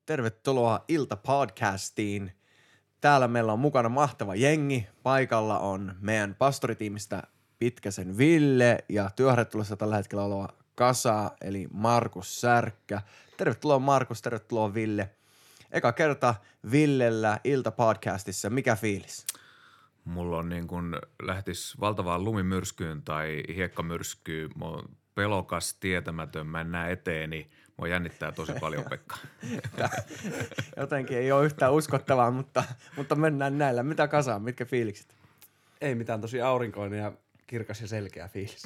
Tervetuloa Ilta-podcastiin. Täällä meillä on mukana mahtava jengi. Paikalla on meidän pastoritiimistä Pitkäsen Ville ja työharjoittelussa tällä hetkellä oleva Kasa, eli Markus Särkkä. Tervetuloa Markus, tervetuloa Ville. Eka kerta Villellä Ilta-podcastissa. Mikä fiilis? Mulla on niin kuin lähtis valtavaan lumimyrskyyn tai hiekkamyrskyyn. Mä oon pelokas, tietämätön, mä en näe eteeni. Mua jännittää tosi paljon, Pekka. Jotenkin ei ole yhtään uskottavaa, mutta mennään näillä. Mitä Kasa, mitkä fiilikset? Ei mitään, tosi aurinkoinen ja kirkas ja selkeä fiilis.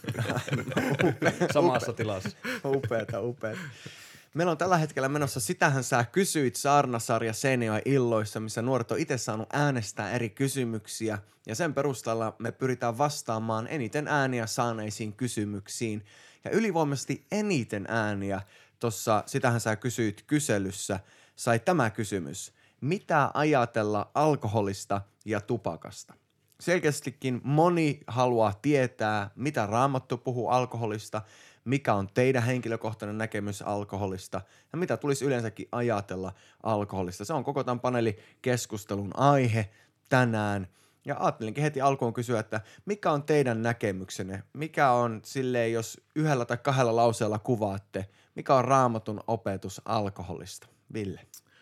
Samassa tilassa. Upeeta. Meillä on tällä hetkellä menossa Sitähän sä kysyit saarnasarja Seinäjoen illoissa, missä nuoret on itse saanut äänestää eri kysymyksiä. Ja sen perusteella me pyritään vastaamaan eniten ääniä saaneisiin kysymyksiin. Ja ylivoimaisesti eniten ääniä tuossa Sitähän sä kysyit kyselyssä sai tämä kysymys. Mitä ajatella alkoholista ja tupakasta? Selkeästikin moni haluaa tietää, mitä Raamattu puhuu alkoholista, mikä on teidän henkilökohtainen näkemys alkoholista ja mitä tulisi yleensäkin ajatella alkoholista. Se on koko tämän paneelikeskustelun aihe tänään. Ja ajattelinkin heti alkuun kysyä, että mikä on teidän näkemyksenne? Mikä on silleen, jos yhdellä tai kahdella lauseella kuvaatte, mikä on Raamatun opetus alkoholista? Ville.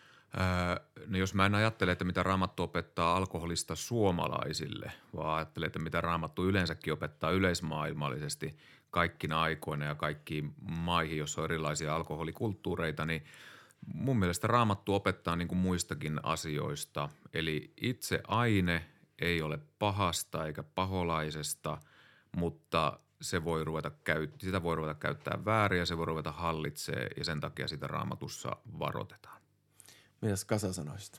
No jos mä en ajattele, että mitä Raamattu opettaa alkoholista suomalaisille, vaan ajattelen, että mitä Raamattu yleensäkin opettaa yleismaailmallisesti kaikkina aikoina ja kaikkiin maihin, jossa on erilaisia alkoholikulttuureita, niin mun mielestä Raamattu opettaa niin kuin muistakin asioista. Eli itse aine ei ole pahasta eikä paholaisesta, mutta sitä voi ruveta käyttää väärin ja se voi ruveta hallitsemaan ja sen takia sitä Raamatussa varoitetaan. Mitäs Kasa sanoisit?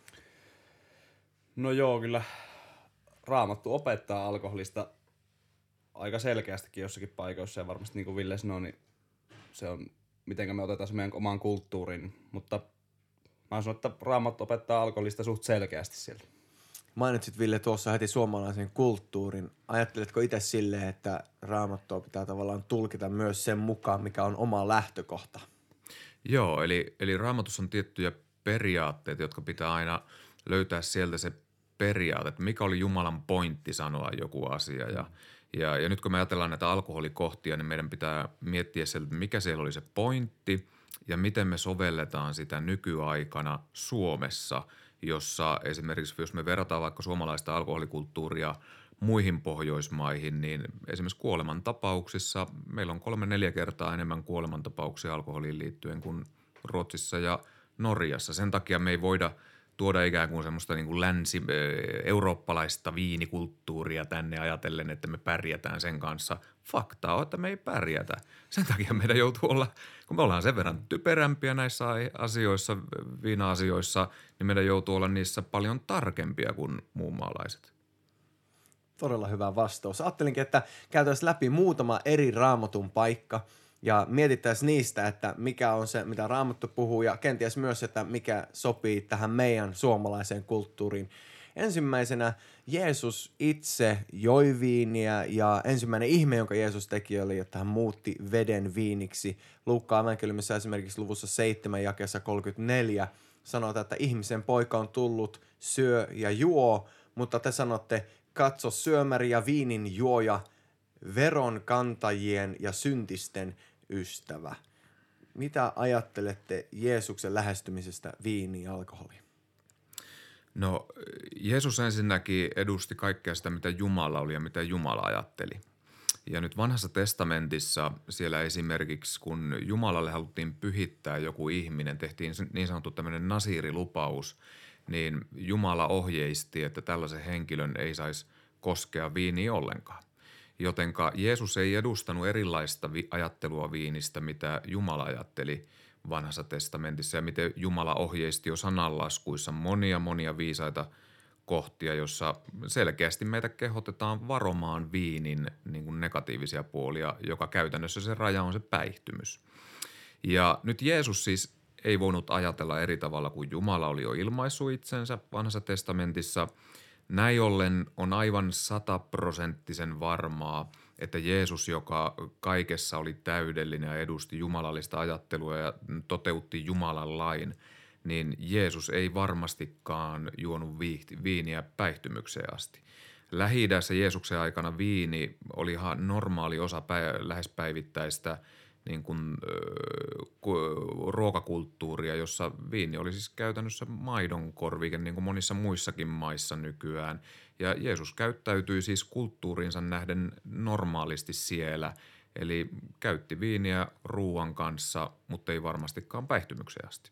No joo, kyllä Raamattu opettaa alkoholista aika selkeästikin jossakin paikoissa ja varmasti niin kuin Ville sanoi, niin se on miten me otetaan se meidän omaan kulttuuriin, mutta mä sanon, että Raamattu opettaa alkoholista suht selkeästi siellä. Mainitsit Ville tuossa heti suomalaisen kulttuurin. Ajatteletko itse silleen, että Raamattua pitää tavallaan tulkita myös sen mukaan, mikä on oma lähtökohta? Joo, eli Raamatussa on tiettyjä periaatteet, jotka pitää aina löytää sieltä se periaate, että mikä oli Jumalan pointti sanoa joku asia. Ja nyt kun me ajatellaan näitä alkoholikohtia, niin meidän pitää miettiä sieltä, mikä siellä oli se pointti ja miten me sovelletaan sitä nykyaikana Suomessa, jossa esimerkiksi jos me verrataan vaikka suomalaista alkoholikulttuuria muihin Pohjoismaihin, niin esimerkiksi kuolemantapauksissa meillä on 3-4 kertaa enemmän kuolemantapauksia alkoholiin liittyen kuin Ruotsissa ja Norjassa. Sen takia me ei voida tuoda ikään kuin semmoista niin kuin eurooppalaista viinikulttuuria tänne ajatellen, että me pärjätään sen kanssa. Fakta on, että me ei pärjätä. Sen takia meidän joutuu olla, kun me ollaan sen verran typerämpiä näissä asioissa, viina-asioissa, niin meidän joutuu olla niissä paljon tarkempia kuin muunmaalaiset. Todella hyvä vastaus. Ajattelinkin, että käytäisiin läpi muutama eri Raamatun paikka ja mietittäisiin niistä, että mikä on se, mitä Raamattu puhuu ja kenties myös, että mikä sopii tähän meidän suomalaiseen kulttuuriin. Ensimmäisenä Jeesus itse joi viiniä ja ensimmäinen ihme, jonka Jeesus teki, oli, että hän muutti veden viiniksi. Luukkaan evankeliumissa esimerkiksi luvussa 7 jakeessa 34 sanotaan, että ihmisen poika on tullut, syö ja juo, mutta te sanotte, katso syömäri ja viinin juoja, veron kantajien ja syntisten ystävä. Mitä ajattelette Jeesuksen lähestymisestä viiniin ja alkoholiin? No Jeesus ensinnäkin edusti kaikkea sitä, mitä Jumala oli ja mitä Jumala ajatteli. Ja nyt vanhassa testamentissa siellä esimerkiksi, kun Jumalalle haluttiin pyhittää joku ihminen, tehtiin niin sanottu tämmöinen nasiirilupaus, niin Jumala ohjeisti, että tällaisen henkilön ei saisi koskea viiniä ollenkaan. Jotenka Jeesus ei edustanut erilaista ajattelua viinistä, mitä Jumala ajatteli vanhassa testamentissa ja miten Jumala ohjeisti jo sananlaskuissa monia viisaita kohtia, jossa selkeästi meitä kehotetaan varomaan viinin niin kuin negatiivisia puolia, joka käytännössä se raja on se päihtymys. Ja nyt Jeesus siis ei voinut ajatella eri tavalla kuin Jumala oli jo ilmaissut itsensä vanhassa testamentissa. Näin ollen on aivan 100% varmaa, että Jeesus, joka kaikessa oli täydellinen ja edusti jumalallista ajattelua ja toteutti Jumalan lain, niin Jeesus ei varmastikaan juonut viiniä päihtymykseen asti. Lähi-idässä Jeesuksen aikana viini oli ihan normaali osa lähes päivittäistä niin kuin, ruokakulttuuria, jossa viini oli siis käytännössä maidon korvike, niin kuin monissa muissakin maissa nykyään. Ja Jeesus käyttäytyi siis kulttuuriinsa nähden normaalisti siellä, eli käytti viiniä ruuan kanssa, mutta ei varmastikaan päihtymykseen asti.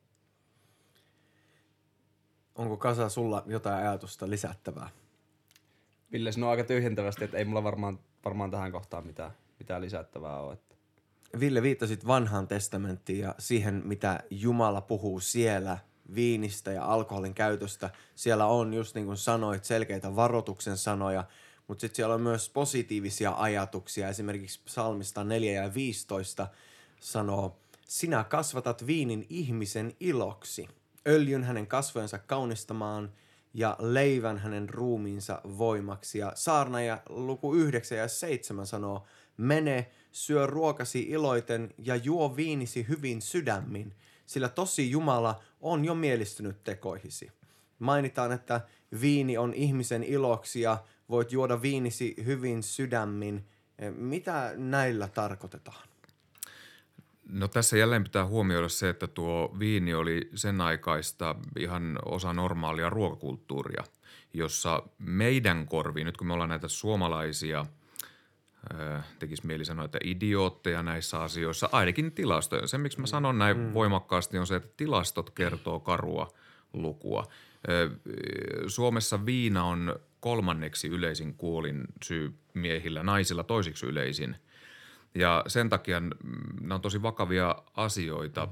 Onko Kasa sulla jotain ajatusta lisättävää? Ville sanoo aika tyhjentävästi, että ei mulla varmaan tähän kohtaan mitään lisättävää ole. Että. Ville, viittasit vanhaan testamenttiin ja siihen, mitä Jumala puhuu siellä viinistä ja alkoholin käytöstä. Siellä on, just niin kuin sanoit, selkeitä varoituksen sanoja, mutta sitten siellä on myös positiivisia ajatuksia. Esimerkiksi psalmista 4 ja 15 sanoo, sinä kasvatat viinin ihmisen iloksi, öljyn hänen kasvojensa kaunistamaan ja leivän hänen ruumiinsa voimaksi. Ja saarnaaja luku 9 ja 7 sanoo, mene, syö ruokasi iloiten ja juo viinisi hyvin sydämin, sillä tosi Jumala on jo mielistynyt tekoihisi. Mainitaan, että viini on ihmisen iloksi ja voit juoda viinisi hyvin sydämin. Mitä näillä tarkoitetaan? No tässä jälleen pitää huomioida se, että tuo viini oli sen aikaista ihan osa normaalia ruokakulttuuria, jossa meidän korviin, nyt kun me ollaan näitä suomalaisia, tekisi mieli sanoa, että idiootteja näissä asioissa, ainakin tilastoja. Se, miksi mä sanon näin voimakkaasti, on se, että tilastot kertoo karua lukua. Suomessa viina on 3. yleisin kuolinsyy miehillä, naisilla toisiksi yleisin. Ja sen takia nämä on tosi vakavia asioita.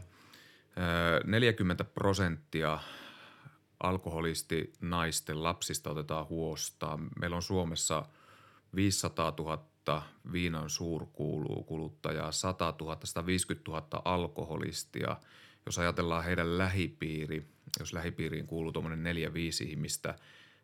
40% alkoholisti naisten lapsista otetaan huostaan. Meillä on Suomessa 500 000 viinan suurkuluttajaa, 100 000, 150 000 alkoholistia. Jos ajatellaan heidän lähipiiri, jos lähipiiriin kuuluu tuommoinen 4-5 ihmistä,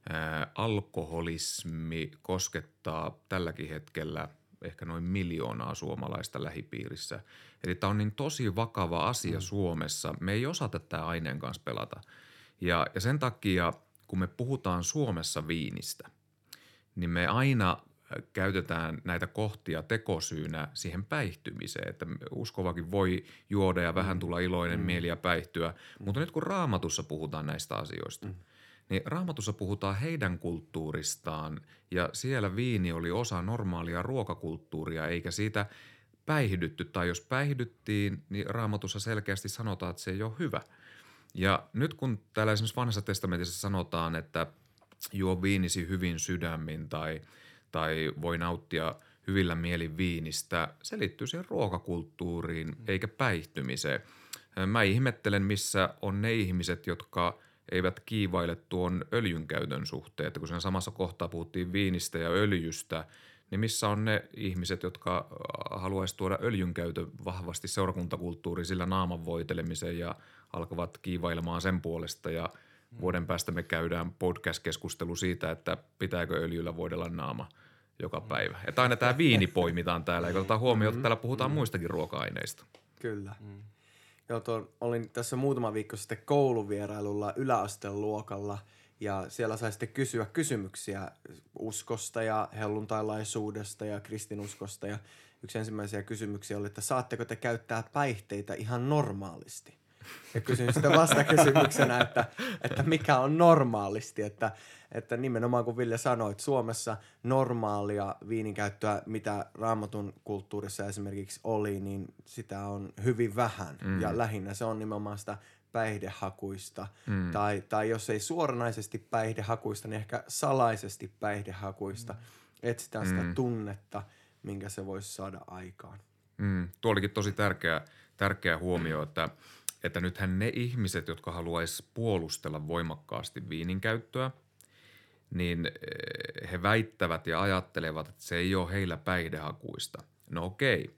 alkoholismi koskettaa tälläkin hetkellä ehkä noin 1 miljoonaa suomalaista lähipiirissä. Eli tämä on niin tosi vakava asia Suomessa. Me ei osata tämän aineen kanssa pelata. Ja sen takia, kun me puhutaan Suomessa viinistä, niin me aina käytetään näitä kohtia tekosyynä siihen päihtymiseen, että uskovakin voi juoda ja vähän tulla iloinen mieli ja päihtyä. Mutta nyt kun Raamatussa puhutaan näistä asioista, niin Raamatussa puhutaan heidän kulttuuristaan ja siellä viini oli osa normaalia ruokakulttuuria eikä siitä päihdytty. Tai jos päihdyttiin, niin Raamatussa selkeästi sanotaan, että se ei ole hyvä. Ja nyt kun täällä esimerkiksi Vanhassa testamentissa sanotaan, että juo viinisi hyvin sydämin tai voi nauttia hyvillä mielin viinistä, se liittyy siihen ruokakulttuuriin eikä päihtymiseen. Mä ihmettelen, missä on ne ihmiset, jotka eivät kiivaile tuon öljyn käytön suhteen. Että kun siinä samassa kohtaa puhuttiin viinistä ja öljystä, niin missä on ne ihmiset, jotka haluaisi tuoda öljyn käytön vahvasti seurakuntakulttuuriin sillä naaman voitelemiseen ja alkavat kiivailemaan sen puolesta ja vuoden päästä me käydään podcast-keskustelu siitä, että pitääkö öljyllä voidella naama joka päivä. Että aina tämä viini poimitaan täällä, eikä oteta huomioon, että täällä puhutaan muistakin ruoka-aineista. Kyllä. Joo, olin tässä muutama viikko sitten kouluvierailulla yläasteen luokalla ja siellä sai sitten kysyä kysymyksiä uskosta ja helluntailaisuudesta ja kristinuskosta. Ja yksi ensimmäisiä kysymyksiä oli, että saatteko te käyttää päihteitä ihan normaalisti? Ja kysyin sitten vastakysymyksenä, että mikä on normaalisti, että nimenomaan kun Ville sanoi, että Suomessa normaalia viininkäyttöä, mitä Raamatun kulttuurissa esimerkiksi oli, niin sitä on hyvin vähän. Ja lähinnä se on nimenomaan sitä päihdehakuista. Tai jos ei suoranaisesti päihdehakuista, niin ehkä salaisesti päihdehakuista. Etsitään sitä tunnetta, minkä se voisi saada aikaan. Tuo olikin tosi tärkeä huomio, että nythän ne ihmiset, jotka haluaisi puolustella voimakkaasti viinin käyttöä, niin he väittävät ja ajattelevat, että se ei ole heillä päihdehakuista. No okei,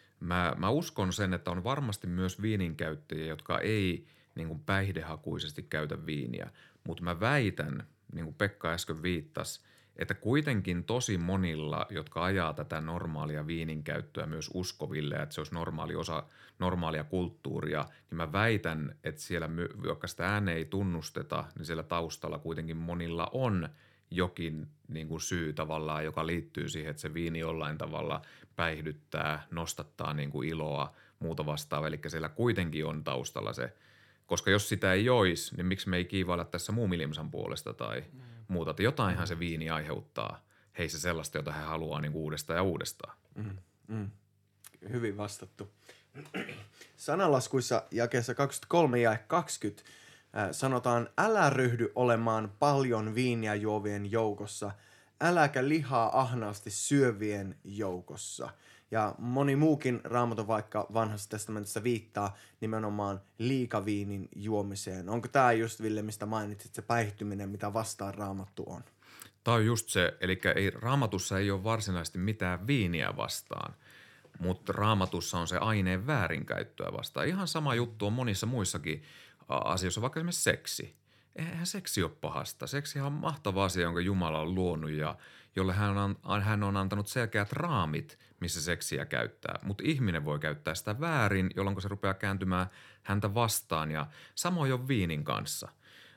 mä uskon sen, että on varmasti myös viininkäyttäjiä, jotka ei niin kuin päihdehakuisesti käytä viiniä, mutta mä väitän, niin kuin Pekka äsken viittasi, että kuitenkin tosi monilla, jotka ajaa tätä normaalia viinin käyttöä myös uskoville, että se olisi normaali osa normaalia kulttuuria, niin mä väitän, että siellä, vaikka sitä ääneen ei tunnusteta, niin siellä taustalla kuitenkin monilla on jokin niin kuin syy tavallaan, joka liittyy siihen, että se viini jollain tavalla päihdyttää, nostattaa niin kuin iloa, muuta vastaavaa. Eli siellä kuitenkin on taustalla se, koska jos sitä ei joisi, niin miksi me ei kiivailla tässä muumilimsan puolesta tai muuta. Että jotainhan se viini aiheuttaa heissä sellaista, jota he haluaa niin kuin uudestaan ja uudestaan. Hyvin vastattu. Sananlaskuissa jakeessa 23 ja 20 sanotaan, älä ryhdy olemaan paljon viiniä juovien joukossa, äläkä lihaa ahnaasti syövien joukossa. Ja moni muukin raamatun vaikka vanhassa testamentissa viittaa nimenomaan liikaviinin juomiseen. Onko tämä just, Ville, mistä mainitsit, se päihtyminen, mitä vastaan raamattu on? Tämä on just se, eli raamatussa ei ole varsinaisesti mitään viiniä vastaan, mutta raamatussa on se aineen väärinkäyttöä vastaan. Ihan sama juttu on monissa muissakin asioissa, vaikka esimerkiksi seksi. Eihän seksi ole pahasta. Seksihan on mahtava asia, jonka Jumala on luonut ja jolle hän on antanut selkeät raamit, missä seksiä käyttää. Mutta ihminen voi käyttää sitä väärin, jolloin se rupeaa kääntymään häntä vastaan ja samoin on viinin kanssa.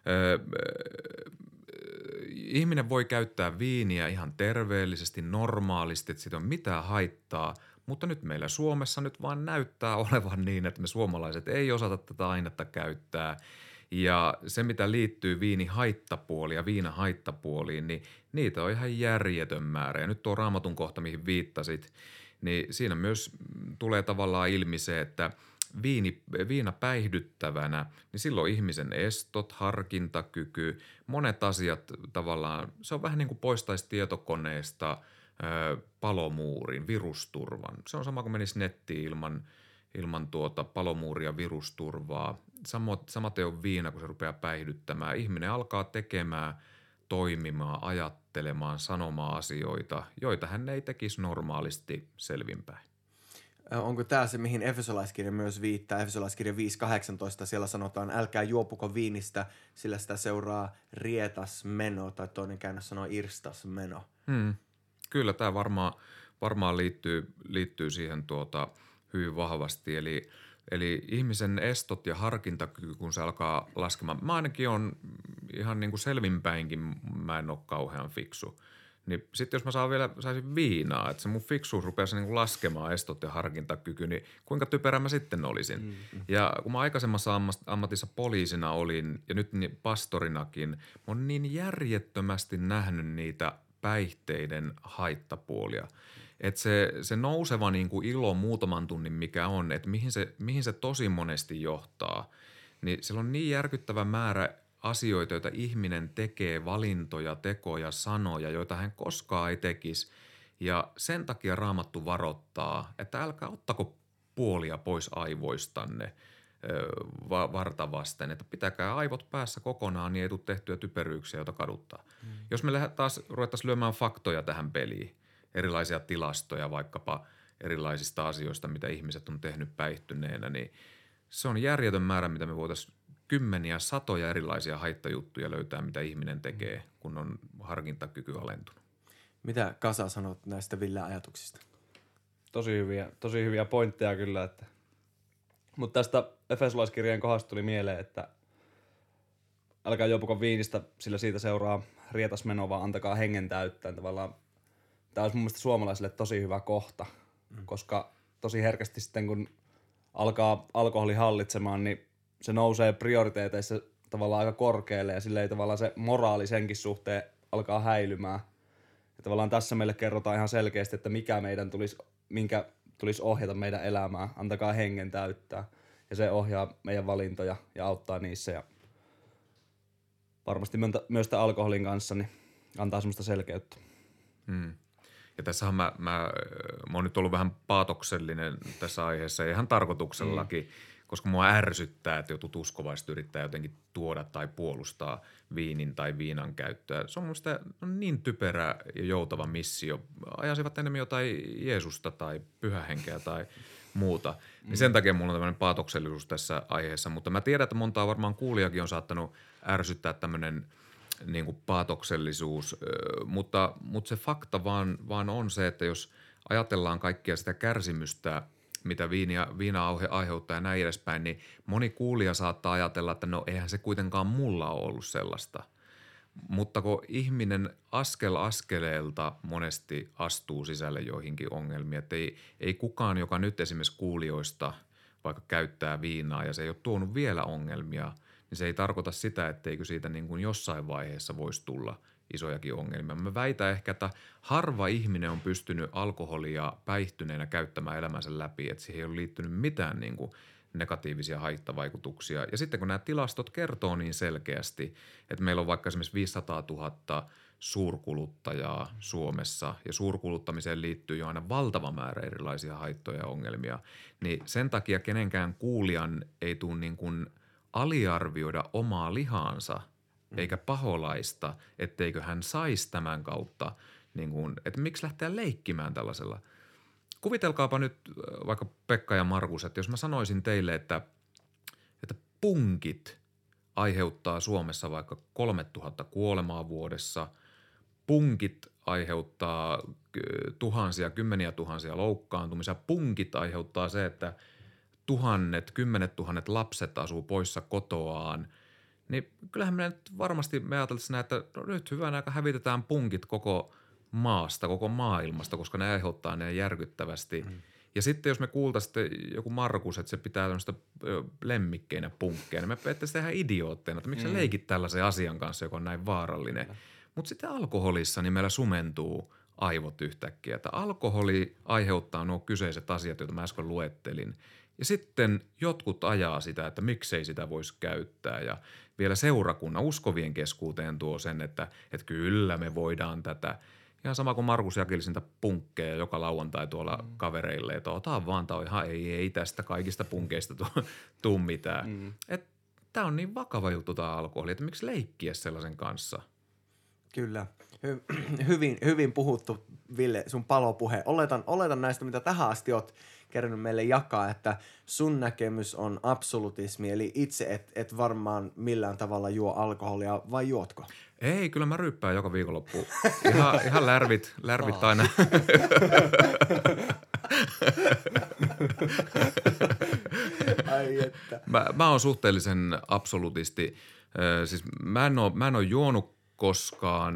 Ihminen voi käyttää viiniä ihan terveellisesti, normaalisti, että siitä on mitään haittaa, mutta nyt meillä Suomessa nyt vaan näyttää olevan niin, että me suomalaiset ei osata tätä ainetta käyttää. Ja se, mitä liittyy viinihaittapuoliin ja viinahaittapuoliin, niin niitä on ihan järjetön määrä. Ja nyt tuo Raamatun kohta, mihin viittasit, niin siinä myös tulee tavallaan ilmi se, että viina päihdyttävänä, niin silloin ihmisen estot, harkintakyky, monet asiat tavallaan, se on vähän niin kuin poistaisi tietokoneesta palomuurin, virusturvan. Se on sama kuin menisi nettiin ilman palomuuria, virusturvaa. Samaten on viina, kun se rupeaa päihdyttämään. Ihminen alkaa tekemään, toimimaan, ajattelemaan, sanomaan asioita, joita hän ei tekisi normaalisti selvinpäin. Onko tämä se, mihin Efesolaiskirja myös viittaa? Efesolaiskirja 5.18, siellä sanotaan, älkää juopuko viinistä, sillä sitä seuraa rietas meno, tai toinen käännös sanoo irstas meno. Kyllä tämä varmaan liittyy siihen hyvin vahvasti, eli ihmisen estot ja harkintakyky, kun se alkaa laskemaan. Mä ainakin on ihan niin kuin selvinpäinkin, mä en ole kauhean fiksu. Niin sitten jos mä saisin viinaa, että se mun fiksuus rupeaisi niin kuin laskemaan estot ja harkintakyky, niin kuinka typerä mä sitten olisin. Ja kun mä aikaisemmassa ammatissa poliisina olin ja nyt pastorinakin, mä oon niin järjettömästi nähnyt niitä päihteiden haittapuolia. Että se nouseva niin kuin ilo muutaman tunnin mikä on, että mihin se tosi monesti johtaa, niin siellä on niin järkyttävä määrä asioita, joita ihminen tekee, valintoja, tekoja, sanoja, joita hän koskaan ei tekisi. Ja sen takia Raamattu varoittaa, että älkää ottako puolia pois aivoistanne vartavasten, että pitäkää aivot päässä kokonaan, niin ei tule tehtyä typeryyksiä, joita kaduttaa. Jos me taas ruvettaisiin lyömään faktoja tähän peliin, erilaisia tilastoja vaikkapa erilaisista asioista, mitä ihmiset on tehnyt päihtyneenä, niin se on järjetön määrä, mitä me voitaisiin kymmeniä, satoja erilaisia haittajuttuja löytää, mitä ihminen tekee, kun on harkintakyky alentunut. Mitä Kasa sanot näistä Ville-ajatuksista? Tosi hyviä pointteja kyllä. Mutta tästä Efesolaiskirjeen kohdasta tuli mieleen, että älkää juopuko viinistä, sillä siitä seuraa rietas meno, vaan antakaa hengen täyttää. Tavallaan tämä olisi mun mielestä suomalaisille tosi hyvä kohta, koska tosi herkästi sitten kun alkaa alkoholi hallitsemaan, niin se nousee prioriteeteissa tavallaan aika korkealle ja silleen tavallaan se moraali senkin suhteen alkaa häilymään. Ja tavallaan tässä meille kerrotaan ihan selkeästi, että minkä tulisi ohjata meidän elämää. Antakaa hengen täyttää. Ja se ohjaa meidän valintoja ja auttaa niissä. Ja varmasti myös tämän alkoholin kanssa niin antaa semmoista selkeyttä. Ja tässähän mä oon nyt ollut vähän paatoksellinen tässä aiheessa, ihan tarkoituksellakin, koska mua ärsyttää, että jotkut uskovaiset yrittää jotenkin tuoda tai puolustaa viinin tai viinan käyttöä. Se on mun mielestä niin typerä ja joutava missio. Ajasivat enemmän jotain Jeesusta tai pyhähenkeä tai muuta. Niin sen takia mulla on tämmöinen paatoksellisuus tässä aiheessa, mutta mä tiedän, että montaa varmaan kuulijakin on saattanut ärsyttää tämmöinen niin kuin paatoksellisuus, mutta se fakta vaan on se, että jos ajatellaan kaikkia sitä kärsimystä, mitä viina aiheuttaa ja näin edespäin, niin moni kuulija saattaa ajatella, että no eihän se kuitenkaan mulla ole ollut sellaista. Mutta kun ihminen askel askeleelta monesti astuu sisälle joihinkin ongelmiin, että ei kukaan, joka nyt esimerkiksi kuulijoista vaikka käyttää viinaa ja se ei ole tuonut vielä ongelmia, niin se ei tarkoita sitä, etteikö siitä niin kuin jossain vaiheessa voisi tulla isojakin ongelmia. Mä väitän ehkä, että harva ihminen on pystynyt alkoholia päihtyneenä käyttämään elämänsä läpi, että siihen ei ole liittynyt mitään niin kuin negatiivisia haittavaikutuksia. Ja sitten kun nämä tilastot kertoo niin selkeästi, että meillä on vaikka esimerkiksi 500 000 suurkuluttajaa Suomessa ja suurkuluttamiseen liittyy jo aina valtava määrä erilaisia haittoja ja ongelmia, niin sen takia kenenkään kuulijan ei tule niin kuin aliarvioida omaa lihaansa eikä paholaista, etteikö hän saisi tämän kautta, niin kuin, että miksi lähteä leikkimään tällaisella. Kuvitelkaapa nyt vaikka Pekka ja Markus, että jos mä sanoisin teille, että punkit aiheuttaa Suomessa vaikka 3000 kuolemaa vuodessa, punkit aiheuttaa tuhansia, kymmeniä tuhansia loukkaantumisia, punkit aiheuttaa se, että kymmenet tuhannet lapset asuu poissa kotoaan, niin kyllähän me nyt varmasti ajateltaisiin, että no nyt hyvänä aika hävitetään punkit koko maasta, koko maailmasta, koska ne aiheuttaa ne järkyttävästi. Ja sitten jos me kuultaisiin joku Markus, että se pitää tämmöistä lemmikkeinä punkkeja, niin me periaatteessa tehdään idiootteina, että miksi sä leikit tällaisen asian kanssa, joka on näin vaarallinen. Mutta sitten alkoholissa niin meillä sumentuu aivot yhtäkkiä, että alkoholi aiheuttaa nuo kyseiset asiat, joita mä äsken luettelin. Ja sitten jotkut ajaa sitä, että miksei sitä voisi käyttää ja vielä seurakunnan uskovien keskuuteen tuo sen, että kyllä me voidaan tätä. Ihan sama kuin Markus jakeli niitä punkkeja joka lauantai tuolla kavereille, että ota vaan, tää on ihan ei tästä kaikista punkeista tuu mitään. Tämä on niin vakava juttu tämä alkoholi, että miksi leikkiä sellaisen kanssa? Kyllä. Hyvin puhuttu, Ville, sun palopuhe. Oletan näistä, mitä tähän asti oot kerännyt meille jakaa, että sun näkemys on absolutismi, eli itse et varmaan millään tavalla juo alkoholia, vai juotko? Ei, kyllä mä ryyppään joka viikonloppu. Ihan lärvit aina. Ai että. Mä oon suhteellisen absolutisti. Siis mä en oo juonut koskaan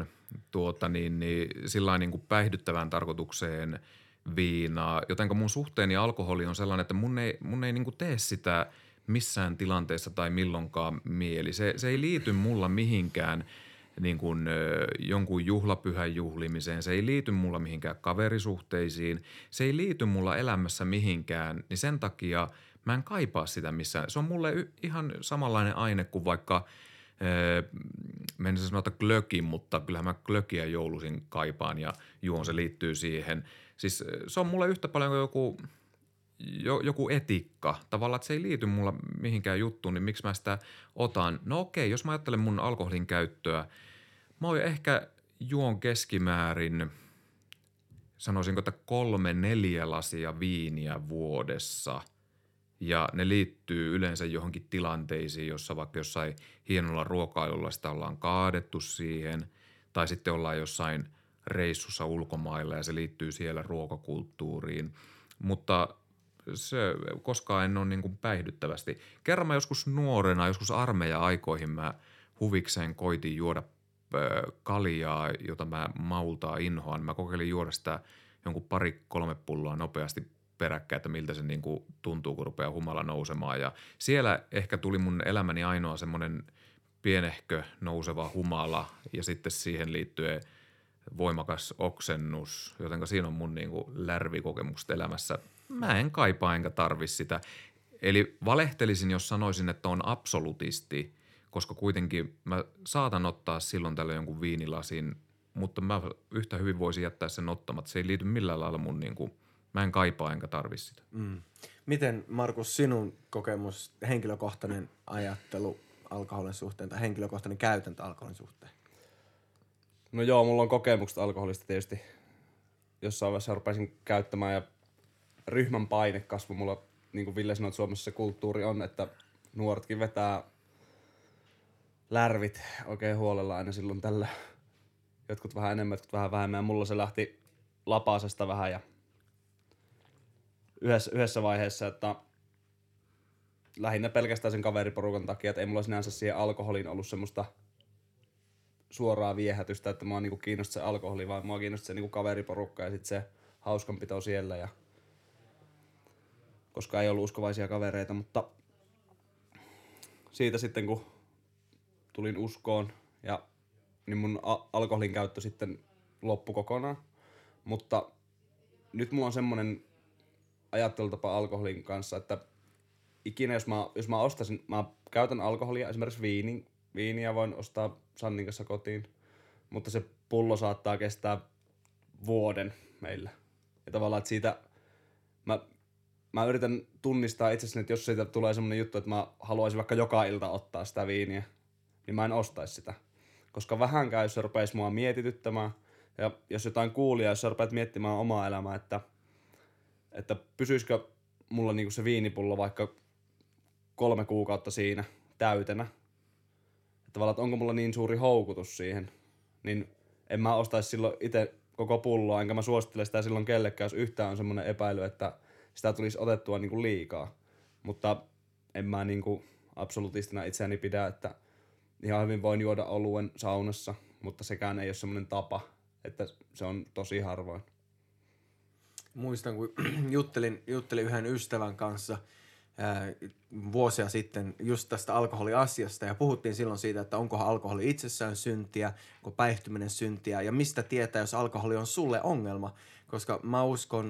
sillain niin kuin päihdyttävään tarkoitukseen viinaa, jotenka mun suhteeni alkoholi on sellainen, että mun ei niin kuin tee sitä missään tilanteessa tai milloinkaan mieli. Se ei liity mulla mihinkään niin kuin jonkun juhlapyhän juhlimiseen, se ei liity mulla mihinkään kaverisuhteisiin, se ei liity mulla elämässä mihinkään, niin sen takia mä en kaipaa sitä missään. Se on mulle ihan samanlainen aine kuin vaikka menisin sanoa, että glöki, mutta kyllähän mä glökiä joulusin kaipaan ja juon, se liittyy siihen. Siis se on mulle yhtä paljon kuin joku etikka. Tavallaan, että se ei liity mulla mihinkään juttuun, niin miksi mä sitä otan? No okei, jos mä ajattelen mun alkoholin käyttöä, mä ehkä juon keskimäärin, sanoisinko, että 3-4 lasia viiniä vuodessa. Ja ne liittyy yleensä johonkin tilanteisiin, jossa vaikka jossain hienolla ruokailulla sitä ollaan kaadettu siihen, tai sitten ollaan jossain reissussa ulkomailla ja se liittyy siellä ruokakulttuuriin. Mutta se koskaan en ole niin kuin päihdyttävästi. Kerran mä joskus nuorena, joskus armeija-aikoihin mä huvikseen koitin juoda kaljaa, jota mä maultaa inhoan. Mä kokeilin juoda sitä jonkun 2-3 pulloa nopeasti peräkkäin, että miltä se niin kuin tuntuu, kun rupeaa humala nousemaan. Ja siellä ehkä tuli mun elämäni ainoa semmoinen pienehkö nouseva humala ja sitten siihen liittyen voimakas oksennus, jotenka siinä on mun niin kuin lärvikokemukset elämässä. Mä en kaipaa enkä tarvi sitä. Eli valehtelisin, jos sanoisin, että on absolutisti, koska kuitenkin mä saatan ottaa silloin tällä jonkun viinilasin, mutta mä yhtä hyvin voisin jättää sen ottamatta. Se ei liity millään lailla mun niin kuin, mä en kaipaa enkä tarvi sitä. Miten, Markus, sinun kokemus, henkilökohtainen ajattelu alkoholin suhteen tai henkilökohtainen käytäntö alkoholin suhteen? No joo, mulla on kokemukset alkoholista tietysti. Jossain vaiheessa rupesin käyttämään ja ryhmän paine kasvoi mulla, niin kuin Ville sanoi, että Suomessa se kulttuuri on, että nuoretkin vetää lärvit oikein huolella aina silloin tällä. Jotkut vähän enemmän, jotkut vähän vähemmän. Ja mulla se lähti lapasesta vähän ja yhdessä vaiheessa, että lähinnä pelkästään sen kaveriporukan takia, että ei mulla sinänsä siihen alkoholiin ollut semmoista suoraa viehätystä, että mua niinku kiinnosti se alkoholi, vaan mua kiinnosti se niinku kaveriporukka ja sitten se hauskanpito siellä. Ja koska ei ollut uskovaisia kavereita, mutta siitä sitten kun tulin uskoon ja niin mun alkoholin käyttö sitten loppui kokonaan. Mutta nyt mulla on semmonen ajattelutapa alkoholin kanssa, että ikinä jos mä ostaisin, mä käytän alkoholia, esimerkiksi viiniä voin ostaa Sannin kanssa kotiin, mutta se pullo saattaa kestää vuoden meillä. Ja tavallaan, että siitä mä yritän tunnistaa itsessäni, että jos siitä tulee semmonen juttu, että mä haluaisin vaikka joka ilta ottaa sitä viiniä, niin mä en ostaisi sitä. Koska vähän käy, jos se rupeisi mua mietityttämään. Ja jos jotain kuulijaa, jos sä rupeat miettimään omaa elämää, että pysyisikö mulla niinku se viinipullo vaikka 3 kuukautta siinä täytenä. Että tavallaan, että onko mulla niin suuri houkutus siihen, niin en mä ostaisi silloin itse koko pulloa, enkä mä suosittele sitä silloin kellekään, jos yhtään on semmoinen epäily, että sitä tulisi otettua niinku liikaa. Mutta en mä niinku absolutistina itseäni pidä, että ihan hyvin voin juoda oluen saunassa, mutta sekään ei ole semmoinen tapa, että se on tosi harvoin. Muistan, kun juttelin yhden ystävän kanssa vuosia sitten just tästä alkoholiasiasta ja puhuttiin silloin siitä, että onkohan alkoholi itsessään syntiä, onko päihtyminen syntiä ja mistä tietää, jos alkoholi on sulle ongelma. Koska mä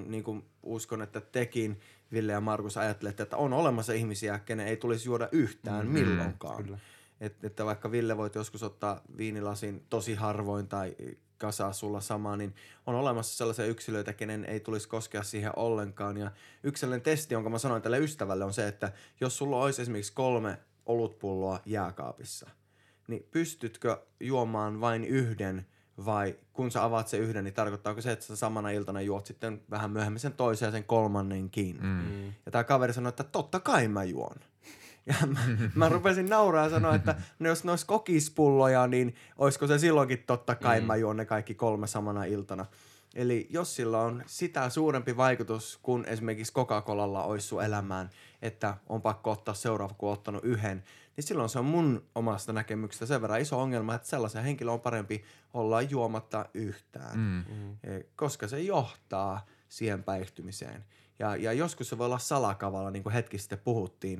uskon, että tekin, Ville ja Markus, ajattelette, että on olemassa ihmisiä, kenen ei tulisi juoda yhtään milloinkaan. Että vaikka Ville voit joskus ottaa viinilasin tosi harvoin tai kasaa sulla samaa, niin on olemassa sellaisia yksilöitä, kenen ei tulisi koskea siihen ollenkaan. Ja yksi sellainen testi, jonka mä sanoin tälle ystävälle, on se, että jos sulla olisi esimerkiksi 3 olutpulloa jääkaapissa, niin pystytkö juomaan vain yhden vai kun sä avaat sen yhden, niin tarkoittaako se, että sä samana iltana juot sitten vähän myöhemmin sen toisen ja sen kolmannenkin. Ja tää kaveri sanoi, että totta kai mä juon. Ja mä rupesin nauraa ja sanoa, että no jos ne olisi kokispulloja, niin olisiko se silloinkin totta kai mä juon ne kaikki 3 samana iltana. Eli jos sillä on sitä suurempi vaikutus kuin esimerkiksi Coca-Colalla olisi sun elämään, että on pakko ottaa seuraava, kun on ottanut yhden, niin silloin se on mun omasta näkemyksestä sen verran iso ongelma, että sellaisen henkilön on parempi olla juomatta yhtään, koska se johtaa siihen päihtymiseen. Ja joskus se voi olla salakavalla, niin kuin hetki sitten puhuttiin,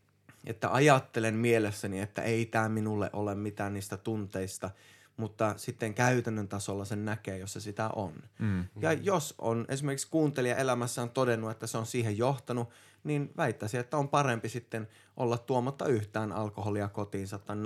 että ajattelen mielessäni, että ei tämä minulle ole mitään niistä tunteista, mutta sitten käytännön tasolla sen näkee, jos se sitä on. Ja jos on esimerkiksi kuuntelija elämässään todennut, että se on siihen johtanut, niin väittäisin, että on parempi sitten olla tuomatta yhtään alkoholia kotiinsa tai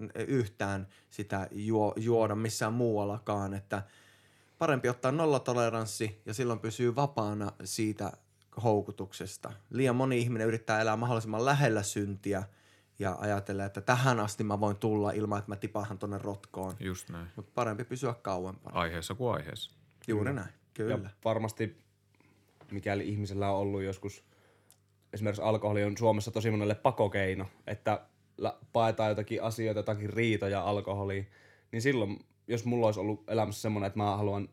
yhtään sitä juoda missään muuallakaan. Että parempi ottaa nollatoleranssi ja silloin pysyy vapaana siitä houkutuksesta. Liian moni ihminen yrittää elää mahdollisimman lähellä syntiä ja ajatella, että tähän asti mä voin tulla ilman, että mä tipahan tonne rotkoon. Just näin. Mutta parempi pysyä kauempana. Aiheessa kuin aiheessa. Juuri näin, kyllä. Ja varmasti, mikäli ihmisellä on ollut joskus, esimerkiksi alkoholi on Suomessa tosi monelle pakokeino, että paetaan jotakin asioita, jotakin riitoja alkoholiin, niin silloin, jos mulla olisi ollut elämässä semmoinen, että mä haluan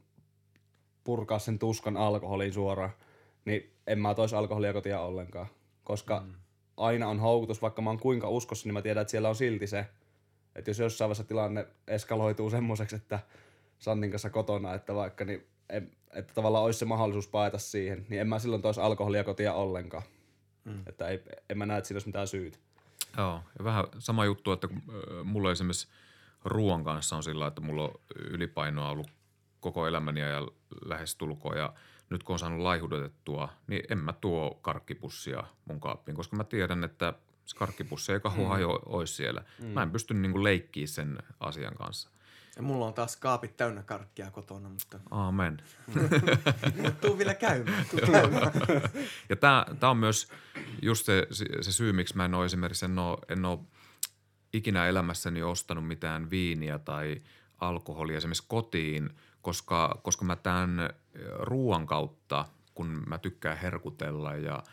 purkaa sen tuskan alkoholiin suoraan, niin en mä toisi alkoholia kotia ollenkaan, koska aina on houkutus, vaikka mä oon kuinka uskossa, niin mä tiedän, että siellä on silti se, että jos jossain vaiheessa tilanne eskaloituu semmoiseksi, että Sannin kanssa kotona, että vaikka niin, että tavallaan olisi se mahdollisuus paeta siihen, niin en mä silloin toisi alkoholia kotia ollenkaan. Että en mä näe, että siinä olisi mitään syytä. Joo, ja vähän sama juttu, että mulla esimerkiksi ruoan kanssa on sillä, että mulla on ylipainoa ollut koko elämäni ja lähestulkoon ja nyt kun on saanut laihudotettua, niin en mä tuo karkkipussia mun kaappiin, koska mä tiedän, että se karkkipussi ei kauan olisi siellä. Mä en pysty niinku leikkiä sen asian kanssa. Ja mulla on taas kaapit täynnä karkkia kotona, mutta Aamen. tuu vielä käymään. Ja tää on myös just se syy, miksi mä en ole esimerkiksi en ole ikinä elämässäni ostanut mitään viiniä tai alkoholia esimerkiksi kotiin, koska mä tämän ruoan kautta, kun mä tykkään herkutella ja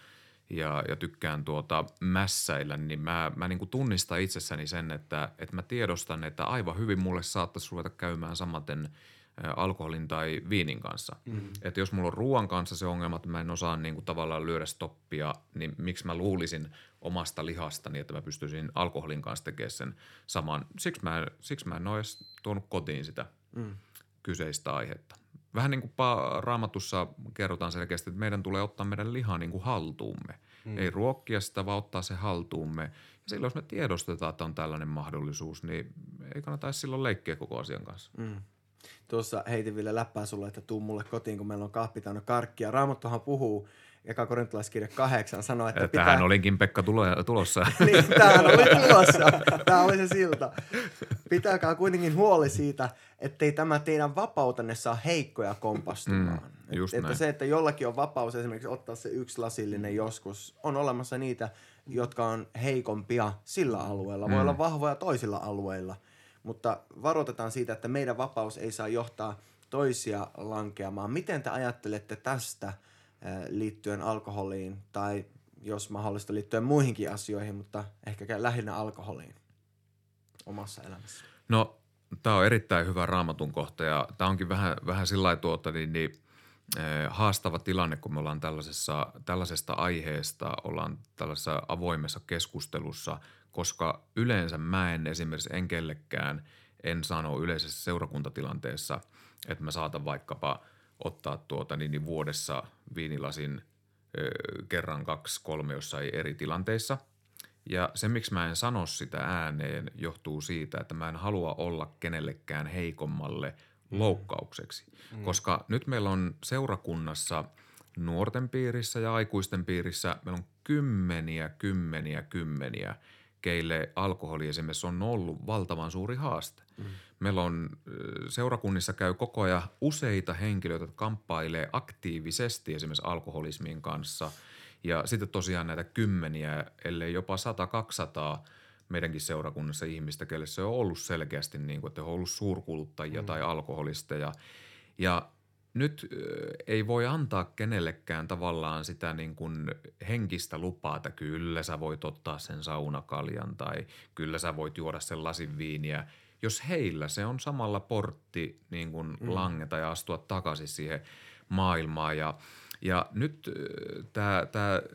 ja tykkään mässäillä, niin mä niin kuin tunnistan itsessäni sen, että mä tiedostan, että aivan hyvin mulle saattaisi ruveta käymään samaten alkoholin tai viinin kanssa. Että jos mulla on ruoan kanssa se ongelma, että mä en osaa niin kuin tavallaan lyödä stoppia, niin miksi mä luulisin omasta lihastani, että mä pystyisin alkoholin kanssa tekemään sen saman. Siksi mä en ole edes tuonut kotiin sitä kyseistä aihetta. Vähän niin kuin Raamatussa kerrotaan selkeästi, että meidän tulee ottaa meidän liha niin kuin haltuumme. Ei ruokkia sitä, vaan ottaa se haltuumme. Ja silloin, jos me tiedostetaan, että on tällainen mahdollisuus, niin ei kannata silloin leikkiä koko asian kanssa. Tuossa heitin vielä läppää sulle, että tuu mulle kotiin, kun meillä on kahvi täynnä karkkia. Raamattuhan puhuu, eka korintolaiskirja 8 sanoo, että pitää... Tähän olinkin Pekka tulossa. Niin, tämähän oli tulossa. Tämä oli se silta. Pitäkää kuitenkin huoli siitä, ettei tämä teidän vapautenne saa heikkoja kompastumaan. Että se, että jollakin on vapaus esimerkiksi ottaa se yksi lasillinen joskus, on olemassa niitä, jotka on heikompia sillä alueella. Voi olla vahvoja toisilla alueilla. Mutta varoitetaan siitä, että meidän vapaus ei saa johtaa toisia lankeamaan. Miten te ajattelette tästä liittyen alkoholiin tai jos mahdollista liittyen muihinkin asioihin, mutta ehkä lähinnä alkoholiin omassa elämässä? No, tämä on erittäin hyvä Raamatun kohta ja tämä onkin vähän sillä lailla haastava tilanne, kun me ollaan tällaisesta aiheesta, ollaan tällaisessa avoimessa keskustelussa, koska yleensä mä en kellekään sano yleisessä seurakuntatilanteessa, että mä saatan vaikkapa ottaa vuodessa viinilasin kerran 2, 3 jossain eri tilanteissa. Ja se, miksi mä en sano sitä ääneen, johtuu siitä, että mä en halua olla kenellekään heikommalle loukkaukseksi. Koska nyt meillä on seurakunnassa nuorten piirissä ja aikuisten piirissä, meillä on kymmeniä, keille alkoholi esimerkiksi on ollut valtavan suuri haaste. Meillä on seurakunnissa käy koko ajan useita henkilöitä, jotka kamppailee aktiivisesti esimerkiksi alkoholismin kanssa. Ja sitten tosiaan näitä kymmeniä, ellei jopa 100-200 meidänkin seurakunnassa ihmistä, kelle se on ollut selkeästi niin kuin, että he on ollut suurkuluttajia tai alkoholisteja. Ja nyt ei voi antaa kenellekään tavallaan sitä niin kuin henkistä lupaa, että kyllä sä voit ottaa sen saunakaljan tai kyllä sä voit juoda sen lasin viiniä, jos heillä se on samalla portti niin kuin langeta ja astua takaisin siihen maailmaan. Ja nyt tämä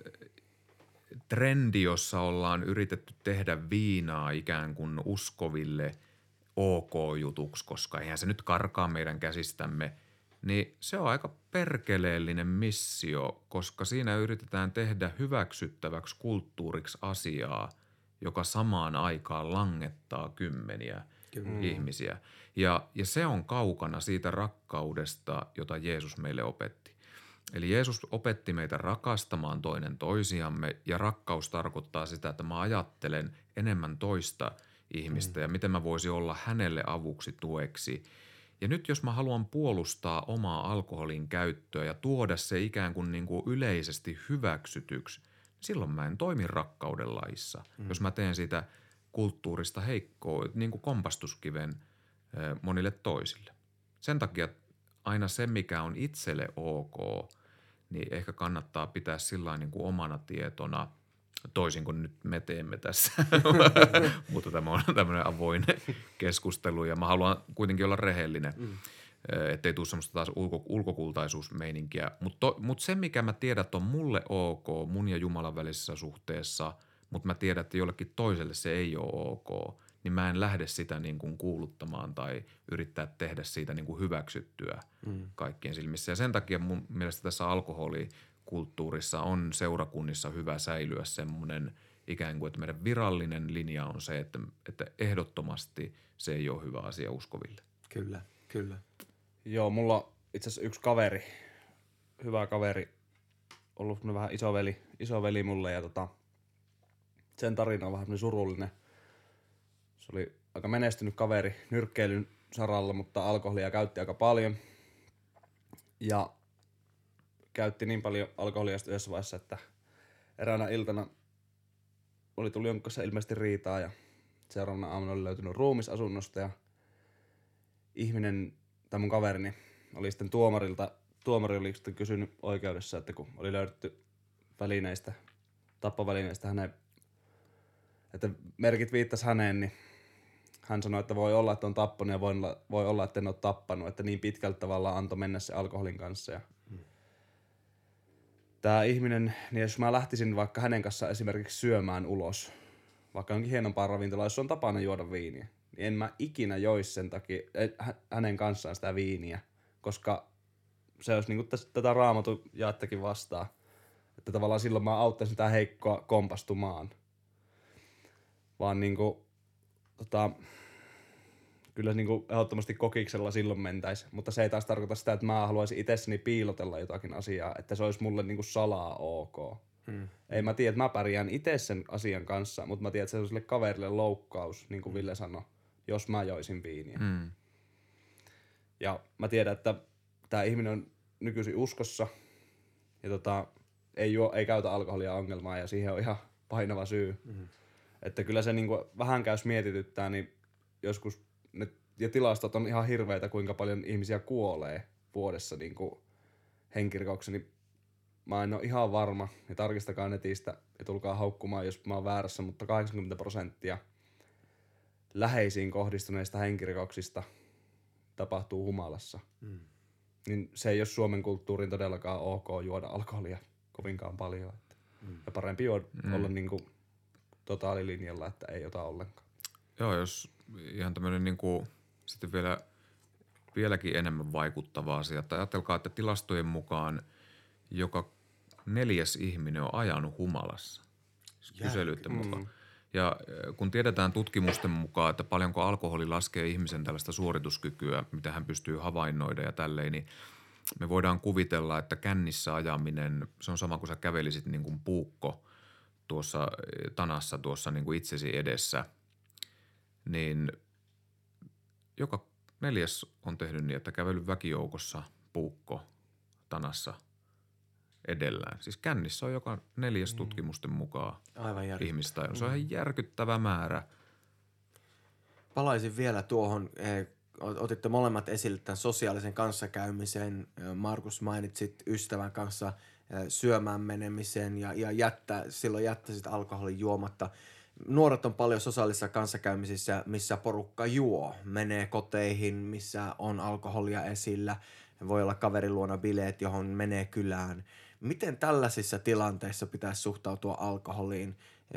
trendi, jossa ollaan yritetty tehdä viinaa ikään kuin uskoville ok-jutuksi, koska eihän se nyt karkaa meidän käsistämme, niin se on aika perkeleellinen missio, koska siinä yritetään tehdä hyväksyttäväksi kulttuuriksi asiaa, joka samaan aikaan langettaa kymmeniä ihmisiä. Ja se on kaukana siitä rakkaudesta, jota Jeesus meille opetti. Eli Jeesus opetti meitä rakastamaan toinen toisiamme ja rakkaus tarkoittaa sitä, että mä ajattelen enemmän toista ihmistä ja miten mä voisin olla hänelle avuksi tueksi. Ja nyt jos mä haluan puolustaa omaa alkoholin käyttöä ja tuoda se ikään kuin, yleisesti hyväksytyksi, niin silloin mä en toimi rakkauden laissa. Jos mä teen sitä kulttuurista heikkoa, niin kuin kompastuskiven monille toisille. Sen takia aina se, mikä on itselle ok, niin ehkä kannattaa pitää sillain niin kuin omana tietona, toisin kuin nyt me teemme tässä. Mutta tämä on tämmöinen avoin keskustelu ja mä haluan kuitenkin olla rehellinen, ettei tule semmoista taas ulkokultaisuusmeininkiä. Mutta se, mikä mä tiedän, että on mulle ok mun ja Jumalan välisessä suhteessa, mutta mä tiedän, että jollekin toiselle se ei ole ok, niin mä en lähde sitä niin kuin kuuluttamaan tai yrittää tehdä siitä niin kuin hyväksyttyä kaikkien silmissä. Ja sen takia mun mielestä tässä alkoholikulttuurissa on seurakunnissa hyvä säilyä semmoinen ikään kuin, että meidän virallinen linja on se, että ehdottomasti se ei ole hyvä asia uskoville. Kyllä. Joo, mulla on itse asiassa yksi kaveri, hyvä kaveri, ollut vähän isoveli mulle ja sen tarina on vähän surullinen. Se oli aika menestynyt kaveri nyrkkeilyn saralla, mutta alkoholia käytti aika paljon. Ja käytti niin paljon alkoholia yhdessä vaiheessa, että eräänä iltana oli tullut jonkun kanssa ilmeisesti riitaa ja seuraavana aamuna oli löytynyt ruumis asunnosta ja ihminen, tai mun kaverini, oli sitten tuomari oli sitten kysynyt oikeudessa, että kun oli löydetty välineistä tappovälineistä että merkit viittasi häneen, niin hän sanoi, että voi olla, että on tappanut ja voi olla, että en ole tappanut, että niin pitkältä tavallaan antoi mennä se alkoholin kanssa. Ja tämä ihminen, niin jos mä lähtisin vaikka hänen kanssa esimerkiksi syömään ulos, vaikka onkin hienompaa ravintolaa, jos on tapana juoda viiniä, niin en mä ikinä joisi sen takia hänen kanssaan sitä viiniä, koska se olisi niinku tätä Raamatun jaettakin vastaan. Että tavallaan silloin mä auttaisin sitä heikkoa kompastumaan. Vaan niinku, kyllä niinku ehdottomasti kokiksella silloin mentäisi. Mutta se ei taas tarkoita sitä, että mä haluaisin itsessäni piilotella jotakin asiaa, että se olisi mulle niinku salaa ok. Ei mä tiedä, että mä pärjään itse sen asian kanssa, mutta mä tiedän, että se on sille kaverille loukkaus, niin kuin Ville sanoi, jos mä joisin viiniä. Ja mä tiedän, että tää ihminen on nykyisin uskossa ja ei käytä alkoholia ongelmaa ja siihen on ihan painava syy. Että kyllä se niinku vähän käys mietityttää, niin joskus ja tilastot on ihan hirveitä, kuinka paljon ihmisiä kuolee vuodessa niinku henkirikoksessa, niin mä en ole ihan varma, ja tarkistakaa netistä ja tulkaa haukkumaan, jos mä oon väärässä, mutta 80% läheisiin kohdistuneista henkirikoksista tapahtuu humalassa. Niin se ei ole Suomen kulttuurin todellakaan ok juoda alkoholia kovinkaan paljon. Ja parempi olla niinku totaalilinjalla, että ei ota ollenkaan. Joo, jos ihan tämmöinen niinku, sitten vieläkin enemmän vaikuttava asia. Että ajatelkaa, että tilastojen mukaan joka 4. ihminen on ajanut humalassa. Kyselyiden mukaan. Ja kun tiedetään tutkimusten mukaan, että paljonko alkoholi laskee ihmisen tällaista suorituskykyä, mitä hän pystyy havainnoida ja tälleen, niin me voidaan kuvitella, että kännissä ajaminen, se on sama kuin sä kävelisit niin kuin puukko tuossa tanassa tuossa niin kuin itsesi edessä, niin joka 4. on tehnyt niin, että kävellyt väkijoukossa puukko tanassa edellään. Siis kännissä on joka 4. tutkimusten mukaan ihmistä. Se on ihan järkyttävä määrä. Palaisin vielä tuohon, otitte molemmat esille tämän sosiaalisen kanssakäymisen. Markus mainitsit ystävän kanssa syömään menemisen ja silloin jättäisit alkoholin juomatta. Nuoret on paljon sosiaalisissa kanssakäymisissä, missä porukka juo, menee koteihin, missä on alkoholia esillä. Voi olla kaverin luona bileet, johon menee kylään. Miten tällaisissa tilanteissa pitäisi suhtautua alkoholiin?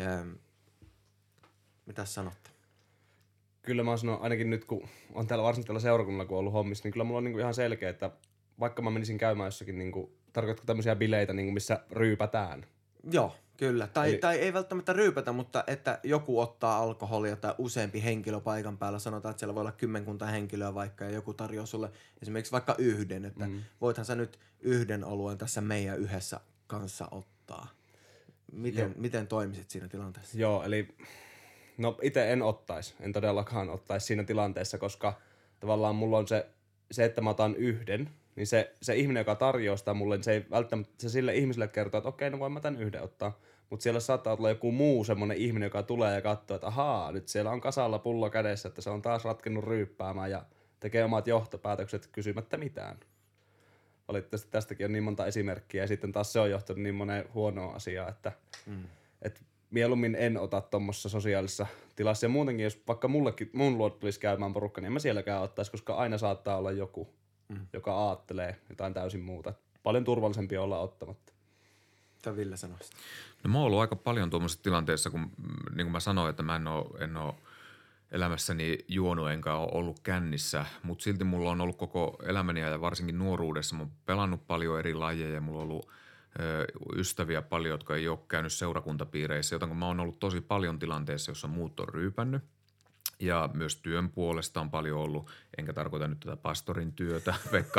Mitä sanotte? Kyllä mä sanon, ainakin nyt kun on täällä varsinkin tällä seurakunnalla, kun on ollut hommissa, niin kyllä mulla on niinku ihan selkeä, että vaikka mä menisin käymään jossakin, niinku, tarkoitatko tämmöisiä bileitä, niinku, missä ryypätään? Joo, kyllä. Tai ei välttämättä ryypätä, mutta että joku ottaa alkoholia tai useampi henkilö paikan päällä. Sanotaan, että siellä voi olla 10 henkilöä vaikka ja joku tarjoaa sulle esimerkiksi vaikka yhden. Että voithan sä nyt yhden oluen tässä meidän yhdessä kanssa ottaa. Miten toimisit siinä tilanteessa? Joo, eli no itse en todellakaan ottaisi siinä tilanteessa, koska tavallaan mulla on se että mä otan yhden, niin se ihminen, joka tarjoaa sitä mulle, niin se ei välttämättä se sille ihmiselle kertoo, että okei, no voin mä tän yhden ottaa. Mutta siellä saattaa olla joku muu semmonen ihminen, joka tulee ja katsoo, että ahaa, nyt siellä on kasalla pullo kädessä, että se on taas ratkennut ryyppäämään ja tekee omat johtopäätökset kysymättä mitään. Valitettavasti tästäkin on niin monta esimerkkiä ja sitten taas se on johtanut niin moneen huonoa asiaa, että mieluummin en ota tuommoisessa sosiaalisessa tilassa. Ja muutenkin, jos vaikka mun luo tulisi käymään porukka, niin en mä sielläkään ottaisi, koska aina saattaa olla joku, joka aattelee jotain täysin muuta. Paljon turvallisempi olla ottamatta. Mitä Ville sanoisit? No mä oon ollut aika paljon tuommoisessa tilanteessa, kun niin kuin mä sanoin, että mä en ole elämässäni juonut enkä ole ollut kännissä, mutta silti mulla on ollut koko elämäni ja varsinkin nuoruudessa. Mä oon pelannut paljon eri lajeja, mulla on ollut ystäviä paljon, jotka ei ole käynyt seurakuntapiireissä, joten mä oon ollut tosi paljon tilanteessa, jossa muut on ryypännyt. Ja myös työn puolesta on paljon ollut, enkä tarkoita nyt tätä pastorin työtä, vaikka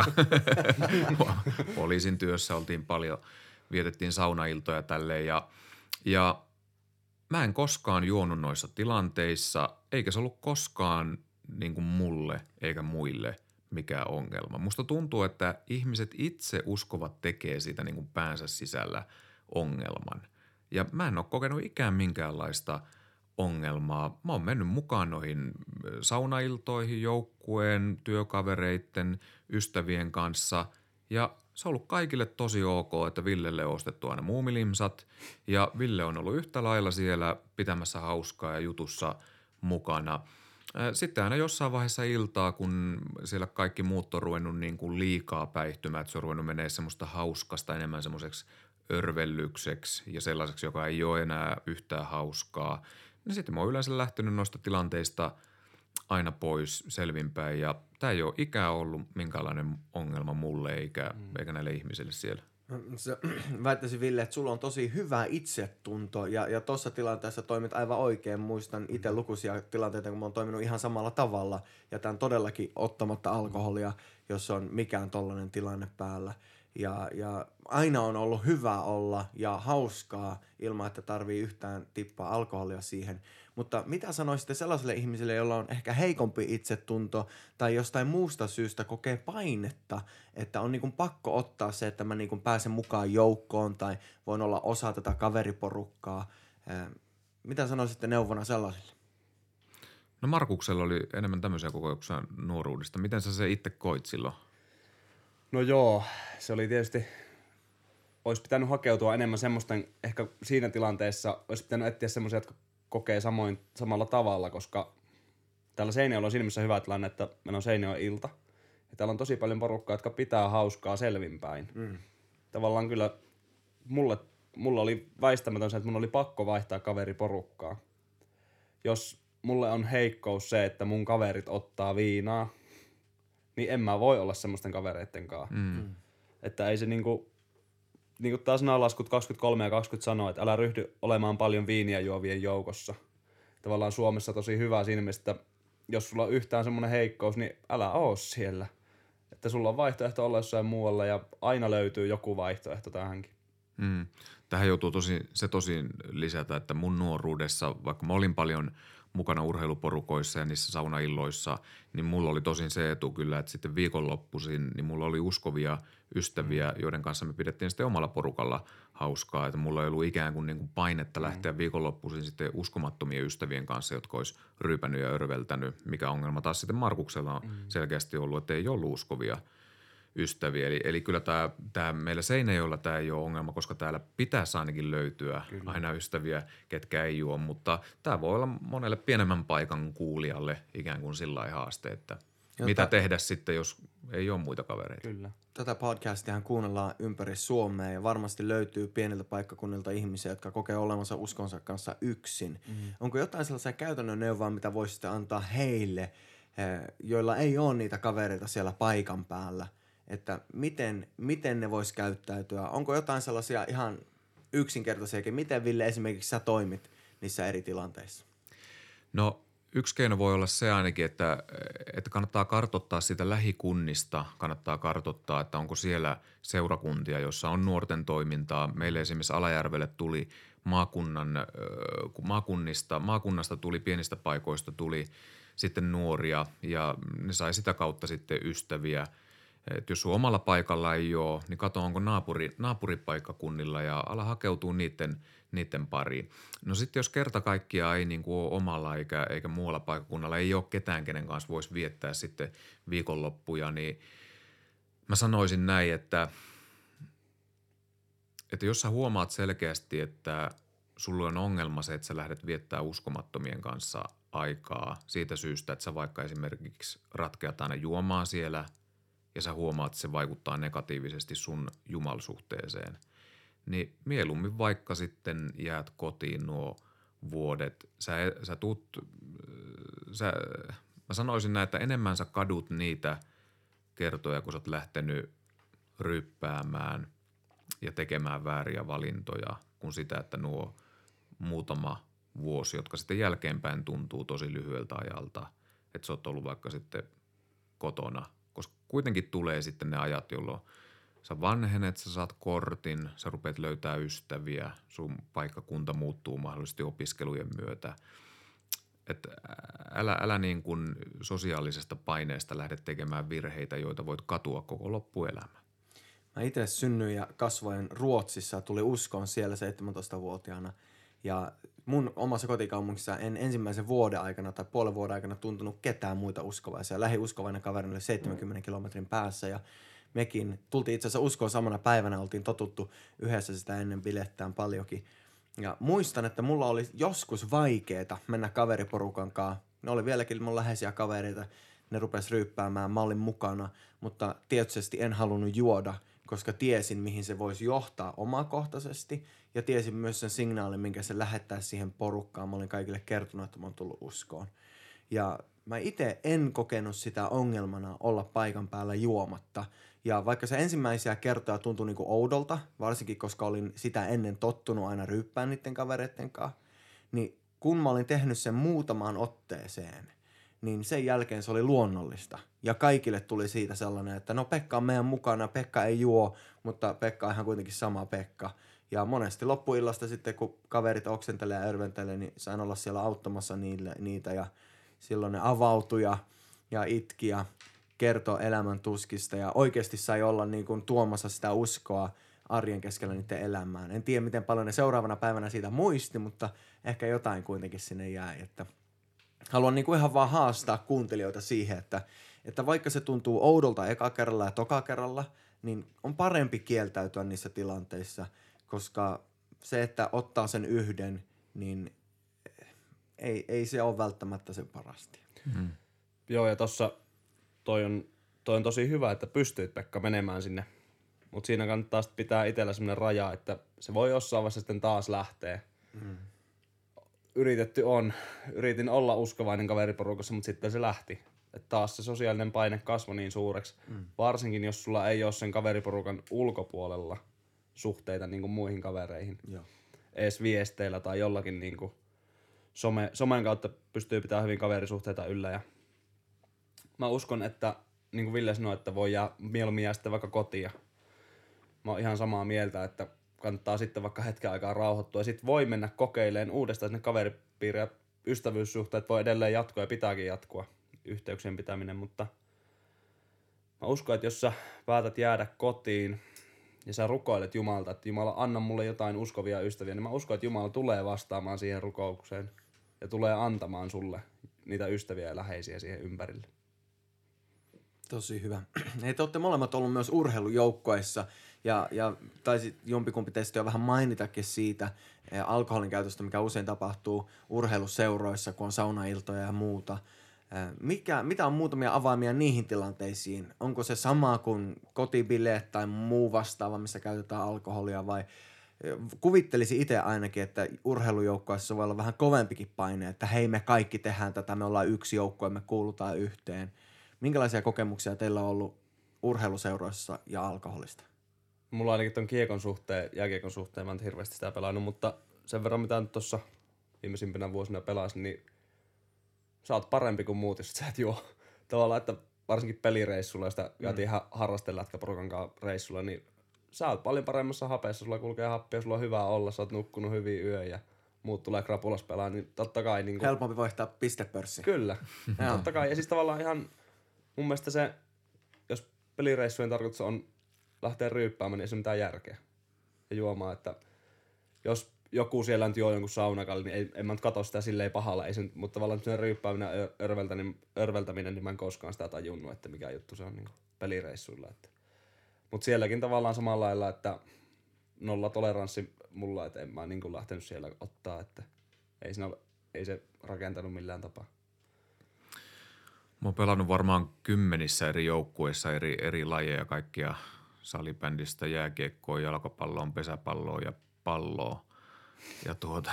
poliisin työssä oltiin paljon, vietettiin saunailtoja tälleen ja mä en koskaan juonut noissa tilanteissa, eikä se ollut koskaan niin kuin mulle eikä muille mikään ongelma. Musta tuntuu, että ihmiset itse uskovat tekee siitä niin kuin päänsä sisällä ongelman. Ja mä en ole kokenut ikään minkäänlaista ongelmaa. Mä oon mennyt mukaan noihin saunailtoihin joukkueen, työkavereitten, ystävien kanssa ja se on ollut kaikille tosi ok, että Villelle on ostettu aina muumilimsat ja Ville on ollut yhtä lailla siellä pitämässä hauskaa ja jutussa mukana. Sitten aina jossain vaiheessa iltaa, kun siellä kaikki muut on ruvennut niin kuin liikaa päihtymään, että se on ruvennut menee semmoista hauskasta enemmän semmoiseksi örvellykseksi ja sellaiseksi, joka ei ole enää yhtään hauskaa, niin sitten mä oon yleensä lähtenyt noista tilanteista aina pois selvinpäin ja tämä ei ole ikään ollut minkäänlainen ongelma mulle eikä näille ihmisille siellä. Väittäisin Ville, että sulla on tosi hyvä itsetunto ja tuossa tilanteessa toimit aivan oikein. Muistan itse lukuisia tilanteita, kun mä oon toiminut ihan samalla tavalla. Ja tämän todellakin ottamatta alkoholia, jos on mikään tollainen tilanne päällä. Ja aina on ollut hyvä olla ja hauskaa ilman, että tarvii yhtään tippaa alkoholia siihen. Mutta mitä sanoisitte sellaiselle ihmiselle, jolla on ehkä heikompi itsetunto tai jostain muusta syystä kokee painetta, että on niin pakko ottaa se, että mä niin pääsen mukaan joukkoon tai voin olla osa tätä kaveriporukkaa. Mitä sanoisitte neuvona sellaisille? No Markuksella oli enemmän tämmöisiä kokemuksia nuoruudesta. Miten sä se itse koit silloin? No joo, se oli tietysti, olisi pitänyt hakeutua enemmän semmoisten, ehkä siinä tilanteessa olisi pitänyt etsiä semmoisia, jotka kokee samalla tavalla, koska täällä Seinäjoella on siinä mielessä hyvä tilanne, että meillä on Seinäjoen ilta. Ja täällä on tosi paljon porukkaa, jotka pitää hauskaa selvinpäin. Tavallaan kyllä mulla oli väistämätön se, että mun oli pakko vaihtaa kaveriporukkaa. Jos mulle on heikkous se, että mun kaverit ottaa viinaa, niin en mä voi olla semmoisten kavereitten kanssa. Että ei se niinku taas sananlaskut 23 ja 20 sanoo, että älä ryhdy olemaan paljon viiniä juovien joukossa. Tavallaan Suomessa tosi hyvä siinä mielessä, että jos sulla on yhtään semmoinen heikkous, niin älä oo siellä. Että sulla on vaihtoehto olla jossain muualla ja aina löytyy joku vaihtoehto tähänkin. Tähän joutuu tosin lisätä, että mun nuoruudessa, vaikka mä olin paljon mukana urheiluporukoissa ja niissä saunailloissa, niin mulla oli tosin se etu kyllä, että sitten viikonloppuisin, niin mulla oli uskovia ystäviä, joiden kanssa me pidettiin sitten omalla porukalla hauskaa. Että mulla ei ollut ikään kuin painetta lähteä viikonloppuisin sitten uskomattomien ystävien kanssa, jotka olisi ryypännyt ja örveltänyt, mikä ongelma taas sitten Markuksella on selkeästi ollut, että ei ollut uskovia ystäviä. Eli kyllä tämä meillä Seinäjoella tämä ei ole ongelma, koska täällä pitäisi ainakin löytyä aina ystäviä, ketkä ei juo, mutta tämä voi olla monelle pienemmän paikan kuulijalle ikään kuin sillä haaste, että mitä tehdä sitten, jos ei ole muita kavereita. Kyllä. Tätä podcastiahan kuunnellaan ympäri Suomea ja varmasti löytyy pieniltä paikkakunnilta ihmisiä, jotka kokee olevansa uskonsa kanssa yksin. Onko jotain sellaisia käytännön neuvoa, mitä voisitte antaa heille, joilla ei ole niitä kavereita siellä paikan päällä? Että miten ne vois käyttäytyä? Onko jotain sellaisia ihan yksinkertaisiakin? Miten Ville esimerkiksi sä toimit niissä eri tilanteissa? No yksi keino voi olla se ainakin, että kannattaa kartoittaa sitä lähikunnista, kannattaa kartoittaa, että onko siellä seurakuntia, jossa on nuorten toimintaa. Meille esimerkiksi Alajärvelle tuli maakunnasta tuli, pienistä paikoista tuli sitten nuoria ja ne sai sitä kautta sitten ystäviä. Et jos sun omalla paikalla ei ole, niin katso onko naapuripaikkakunnilla ja ala hakeutuu niiden pariin. No sitten jos kerta kaikkiaan ei niinku ole omalla eikä muualla paikkakunnalla, ei ole ketään, kenen kanssa voisi viettää sitten viikonloppuja, niin mä sanoisin näin, että jos sä huomaat selkeästi, että sulla on ongelma se, että sä lähdet viettää uskomattomien kanssa aikaa siitä syystä, että sä vaikka esimerkiksi ratkeat aina juomaan siellä – ja sä huomaat, että se vaikuttaa negatiivisesti sun jumalsuhteeseen, niin mieluummin vaikka sitten jäät kotiin nuo vuodet. Mä sanoisin näin, että enemmän sä kadut niitä kertoja, kun sä oot lähtenyt ryppäämään ja tekemään vääriä valintoja, kuin sitä, että nuo muutama vuosi, jotka sitten jälkeenpäin tuntuu tosi lyhyeltä ajalta, että sä oot ollut vaikka sitten kotona. Koska kuitenkin tulee sitten ne ajat, jolloin sä vanhenet, sä saat kortin, sä rupeat löytää ystäviä, sun paikkakunta muuttuu mahdollisesti opiskelujen myötä. Että älä niin kuin sosiaalisesta paineesta lähde tekemään virheitä, joita voit katua koko loppuelämä. Mä itse synnyin ja kasvoin Ruotsissa, tuli uskoon siellä 17-vuotiaana ja mun omassa kotikaupungissa en ensimmäisen vuoden aikana tai puolen vuoden aikana tuntunut ketään muita uskovaisia. Lähiuskovainen kaveri oli 70 kilometrin päässä ja mekin tultiin itse asiassa uskoon samana päivänä, oltiin totuttu yhdessä sitä ennen bilettään paljonkin. Ja muistan, että mulla oli joskus vaikeeta mennä kaveriporukan kanssa. Ne oli vieläkin mun läheisiä kavereita, ne rupes ryyppäämään, mä olin mukana, mutta tietysti en halunnut juoda, koska tiesin, mihin se voisi johtaa omakohtaisesti ja tiesin myös sen signaalin, minkä se lähettäisi siihen porukkaan. Mä olin kaikille kertonut, että mä oon tullut uskoon. Ja mä itse en kokenut sitä ongelmana olla paikan päällä juomatta. Ja vaikka se ensimmäisiä kertoja tuntui niinku oudolta, varsinkin koska olin sitä ennen tottunut aina ryyppään niiden kavereiden kanssa, niin kun mä olin tehnyt sen muutamaan otteeseen, niin sen jälkeen se oli luonnollista. Ja kaikille tuli siitä sellainen, että no Pekka on meidän mukana, Pekka ei juo, mutta Pekka on ihan kuitenkin sama Pekka. Ja monesti loppuillasta sitten, kun kaverit oksentelee ja örventelee, niin sain olla siellä auttamassa niitä ja silloin ne avautui ja itki ja kertoi elämän tuskista ja oikeasti sai olla niin kuin tuomassa sitä uskoa arjen keskellä niiden elämään. En tiedä, miten paljon ne seuraavana päivänä siitä muisti, mutta ehkä jotain kuitenkin sinne jäi. Että haluan niin kuin ihan vaan haastaa kuuntelijoita siihen, että vaikka se tuntuu oudolta eka kerralla ja toka kerralla, niin on parempi kieltäytyä niissä tilanteissa, koska se, että ottaa sen yhden, niin ei se ole välttämättä sen parasti. Mm. Joo, ja tossa toi on tosi hyvä, että pystyit Pekka menemään sinne. Mutta siinä kannattaa sitten pitää itsellä semmoinen raja, että se voi jossain vaiheessa sitten taas lähteä. Mm. Yritin olla uskovainen kaveriporukassa, mutta sitten se lähti. Et taas se sosiaalinen paine kasvoi niin suureksi. Varsinkin jos sulla ei ole sen kaveriporukan ulkopuolella suhteita niin kuin muihin kavereihin. Joo. Ees viesteillä tai jollakin niin kuin somen kautta pystyy pitämään hyvin kaverisuhteita yllä. Ja mä uskon, että niin kuin Ville sanoi, että voi mieluummin jää sitten vaikka kotiin. Mä oon ihan samaa mieltä, että kannattaa sitten vaikka hetken aikaa rauhoittua. Ja sitten voi mennä kokeilemaan uudestaan sinne kaveripiiriä ja ystävyyssuhteet voi edelleen jatkua ja pitääkin jatkua. Yhteyksien pitäminen, mutta mä uskon, että jos sä päätät jäädä kotiin ja sä rukoilet Jumalalta, että Jumala anna mulle jotain uskovia ystäviä, niin mä uskon, että Jumala tulee vastaamaan siihen rukoukseen ja tulee antamaan sulle niitä ystäviä ja läheisiä siihen ympärille. Tosi hyvä. Hei, te olette molemmat ollut myös urheilujoukkoissa ja taisi jompikumpi teistä jo vähän mainitakin siitä alkoholin käytöstä, mikä usein tapahtuu urheiluseuroissa, kun on saunailtoja ja muuta. Mitä on muutamia avaimia niihin tilanteisiin? Onko se sama kuin kotibileet tai muu vastaava, missä käytetään alkoholia vai kuvittelisi itse ainakin, että urheilujoukkoissa voi olla vähän kovempikin paine, että hei me kaikki tehdään tätä, me ollaan yksi joukko ja me kuulutaan yhteen. Minkälaisia kokemuksia teillä on ollut urheiluseuroissa ja alkoholista? Mulla ainakin ton jääkiekon suhteen, mä en hirveästi sitä pelannut, mutta sen verran mitä nyt tossa viimeisimpinä vuosina pelasin, niin sä oot parempi kuin muut, jos sä et juo. Tavallaan, että varsinkin pelireissulla, josta käytiin harrasten lätkäporukan kanssa reissulla, niin sä oot paljon paremmassa hapeessa, sulla kulkee happea, sulla on hyvä olla, sä oot nukkunut hyvin yön ja muut tulee krapulas pelaa, niin totta kai niin kuin helpompi vaihtaa pistepörssi. Kyllä, totta kai. Ja siis tavallaan ihan mun mielestä se, jos pelireissujen tarkoitus on lähteä ryyppäämään, niin ei se ole mitään järkeä. Ja juomaan, että jos joku siellä nyt juo jonkun saunakalli, niin en mä nyt katso sitä silleen pahalla. Ei se, mutta tavallaan se ryyppääminen ja örveltäminen, niin mä en koskaan sitä tajunnut, että mikä juttu se on niin pelireissuilla. Mutta sielläkin tavallaan samalla lailla, että nolla toleranssi mulla, että en mä niin lähtenyt siellä ottaa, että ei se rakentanut millään tapaa. Mä oon pelannut varmaan 10 eri joukkueissa eri lajeja, kaikkia salibändistä, jääkiekkoa, jalkapalloa, pesäpalloa ja palloa. Ja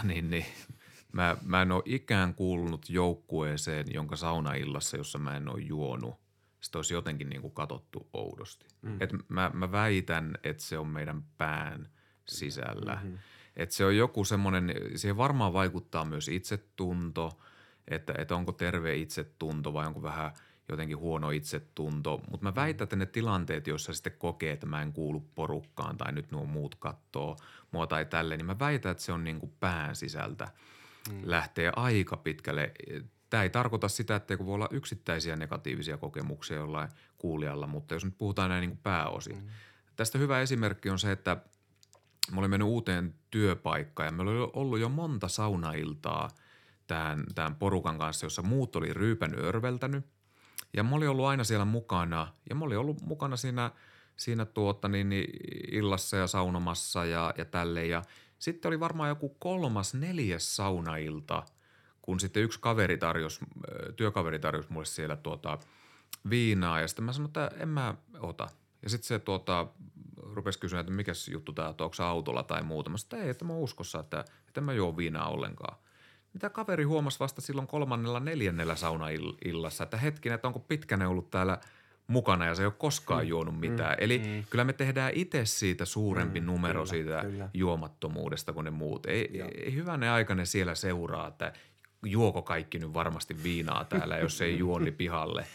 mä en ole ikään kuulunut joukkueeseen, jonka saunaillassa, jossa mä en ole juonut. Sitä olisi jotenkin niin kuin katsottu oudosti. Et mä väitän, että se on meidän pään sisällä. Että se on joku semmoinen, siihen varmaan vaikuttaa myös itsetunto, että onko terve itsetunto vai onko vähän jotenkin huono itsetunto. Mutta mä väitän, että ne tilanteet, joissa sitten kokee, että mä en kuulu porukkaan tai nyt nuo muut kattoo mua tai tälleen, niin mä väitän, että se on niin kuin pään sisältä lähtee aika pitkälle. Tämä ei tarkoita sitä, että voi olla yksittäisiä negatiivisia kokemuksia jollain kuulijalla, mutta jos nyt puhutaan näin niin kuin pääosin. Tästä hyvä esimerkki on se, että mä olin mennyt uuteen työpaikkaan ja meillä oli ollut jo monta saunailtaa tämän porukan kanssa, jossa muut oli ryypännyt, örveltänyt. Ja mä olin ollut aina siellä mukana ja mä olin ollut mukana siinä siinä illassa ja saunomassa ja tälleen. Ja sitten oli varmaan joku 3., 4. saunailta, kun sitten yksi työkaveri tarjosi mulle siellä viinaa ja sitten mä sanoin, että en mä ota. Ja sitten se rupesi kysyä, että mikäs juttu tää on, onko se autolla tai muuta. Mä sanoin, että ei, että mä uskossa, että en mä juo viinaa ollenkaan. Mitä kaveri huomasi vasta silloin 3., 4. saunaillassa, että hetkinen, että onko Pitkänen ollut täällä mukana ja se ei ole koskaan juonut mitään. Eli kyllä me tehdään itse siitä suurempi numero siitä juomattomuudesta kuin ne muut. Ei hyvänen aikainen siellä seuraa, että juoko kaikki nyt varmasti viinaa täällä, jos ei juo, niin pihalle.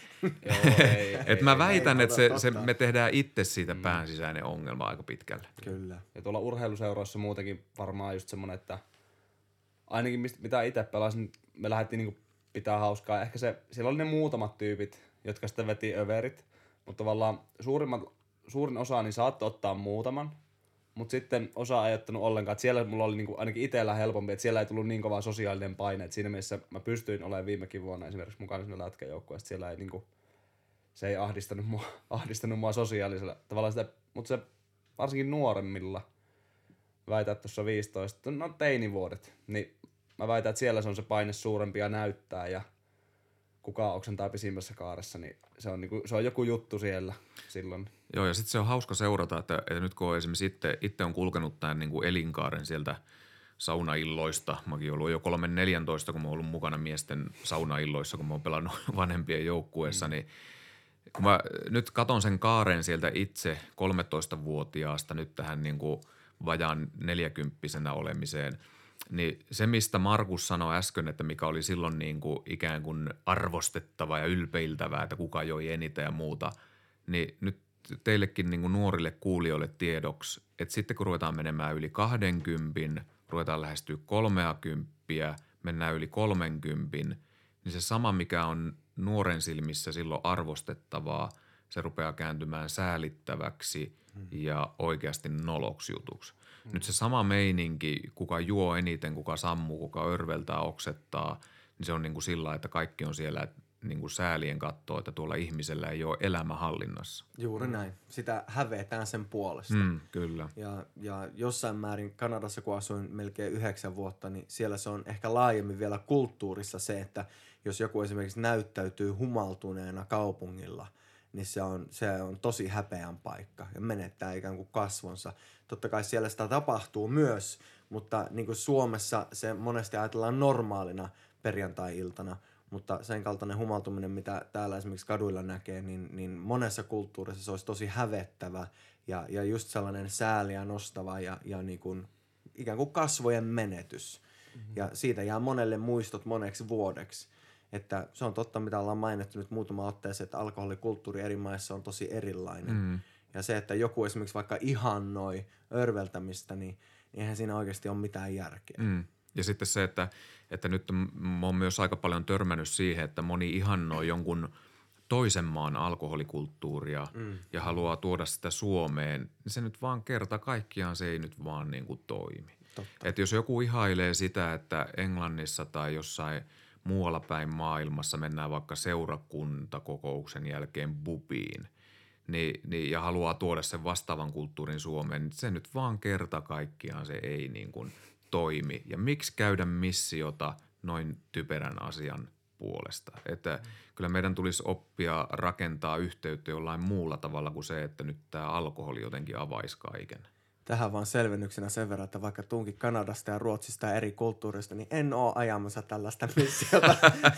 Et mä väitän, että me tehdään itse siitä päänsisäinen ongelma aika pitkälle. Kyllä. Ja tuolla urheiluseuroissa muutenkin varmaan just semmoinen, että ainakin mitä itse pelasin, me lähdettiin niinku pitää hauskaa. Ehkä siellä oli ne muutamat tyypit, jotka sitten veti överit, mutta tavallaan suurin osa niin saattoi ottaa muutaman, mutta sitten osa ei ottanut ollenkaan. Et siellä mulla oli niinku ainakin itsellä helpompi, että siellä ei tullut niin kova sosiaalinen paine. Et siinä mielessä mä pystyin olemaan viimekin vuonna esimerkiksi mukana siinä lätkäjoukkueessa. Siellä ei niinku, se ei ahdistanut mua sosiaalisella tavalla sitä, mutta se varsinkin nuoremmilla, väitän, että tuossa 15, no teinivuodet, niin mä väitän, että siellä se on se paine suurempi ja näyttää ja kuka oksentaa pisimmässä kaaressa, niin se on joku juttu siellä silloin. Joo, ja sitten se on hauska seurata, että nyt kun on esimerkiksi itse on kulkenut tämän niin kuin elinkaaren sieltä saunailloista. Mäkin ollut jo 3-14, kun mä oon ollut mukana miesten saunailloissa, kun mä oon pelannut vanhempien joukkueessa, niin kun mä nyt katon sen kaaren sieltä itse 13-vuotiaasta nyt tähän niin kuin vajaan 40-vuotiaana olemiseen, niin se, mistä Markus sanoi äsken, että mikä oli silloin niin kuin ikään kuin arvostettava ja ylpeiltävää, että kuka joi eniten ja muuta, niin nyt teillekin niin kuin nuorille kuulijoille tiedoksi, että sitten kun ruvetaan menemään yli 20, ruvetaan lähestyä 30, mennään yli 30, niin se sama, mikä on nuoren silmissä silloin arvostettavaa, se rupeaa kääntymään säälittäväksi ja oikeasti noloksi jutuksi. Nyt se sama meininki, kuka juo eniten, kuka sammuu, kuka örveltää, oksettaa, niin se on niin kuin sillä, että kaikki on siellä niin kuin säälien kattoo, että tuolla ihmisellä ei ole elämä hallinnassa. Juuri näin. Sitä hävetään sen puolesta. Kyllä. Ja jossain määrin Kanadassa, kun asuin melkein 9 vuotta, niin siellä se on ehkä laajemmin vielä kulttuurissa se, että jos joku esimerkiksi näyttäytyy humaltuneena kaupungilla, niin se on tosi häpeän paikka ja menettää ikään kuin kasvonsa. Totta kai siellä sitä tapahtuu myös, mutta niin kuin Suomessa se monesti ajatellaan normaalina perjantai-iltana, mutta sen kaltainen humaltuminen, mitä täällä esimerkiksi kaduilla näkee, niin monessa kulttuurissa se olisi tosi hävettävä ja just sellainen sääliä nostava ja niin kuin, ikään kuin kasvojen menetys. Ja siitä jää monelle muistot moneksi vuodeksi. Että se on totta, mitä ollaan mainittu nyt muutama otteeseen, että alkoholikulttuuri eri maissa on tosi erilainen. Ja se, että joku esimerkiksi vaikka ihannoi örveltämistä, niin eihän siinä oikeasti ole mitään järkeä. Ja sitten se, että nyt mä oon myös aika paljon törmännyt siihen, että moni ihannoi jonkun toisen maan alkoholikulttuuria ja haluaa tuoda sitä Suomeen, niin se nyt vaan kerta kaikkiaan se ei nyt vaan niin kuin toimi. Että jos joku ihailee sitä, että Englannissa tai jossain muualla päin maailmassa mennään vaikka seurakuntakokouksen jälkeen pubiin, niin, ja haluaa tuoda sen vastaavan kulttuurin Suomeen, niin se nyt vaan kerta kaikkiaan se ei niin kuin toimi. Ja miksi käydä missiota noin typerän asian puolesta? Että kyllä meidän tulisi oppia rakentaa yhteyttä jollain muulla tavalla kuin se, että nyt tämä alkoholi jotenkin avaisi kaiken. Tähän vaan selvennyksenä sen verran, että vaikka tuunkin Kanadasta ja Ruotsista ja eri kulttuurista, niin en ole ajamassa tällaista missiota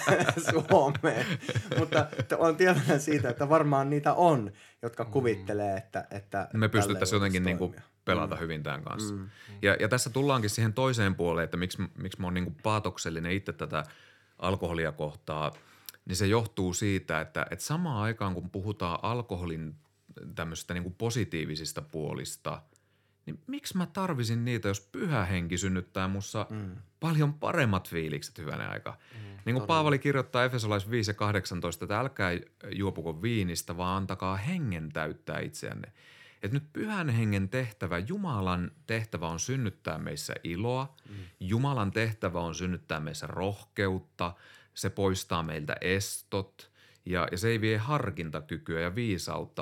Suomeen. Mutta olen tietoinen siitä, että varmaan niitä on, jotka kuvittelee, että me pystyttäisiin jotenkin niin kuin pelata hyvin tämän kanssa. Ja tässä tullaankin siihen toiseen puoleen, että miksi mä oon niin kuin paatoksellinen itse tätä alkoholia kohtaa, niin se johtuu siitä, että samaan aikaan kun puhutaan alkoholin tämmöisistä niin kuin positiivisista puolista, niin miksi mä tarvisin niitä, jos Pyhä Henki synnyttää mussa paljon paremmat fiilikset hyvänä aika. Niin kuin Paavali kirjoittaa Efesolais 5:18, että älkää juopuko viinistä, vaan antakaa hengen täyttää itseänne. Että nyt Pyhän Hengen tehtävä, Jumalan tehtävä on synnyttää meissä iloa, Jumalan tehtävä on synnyttää meissä rohkeutta, se poistaa meiltä estot ja se ei vie harkintakykyä ja viisautta.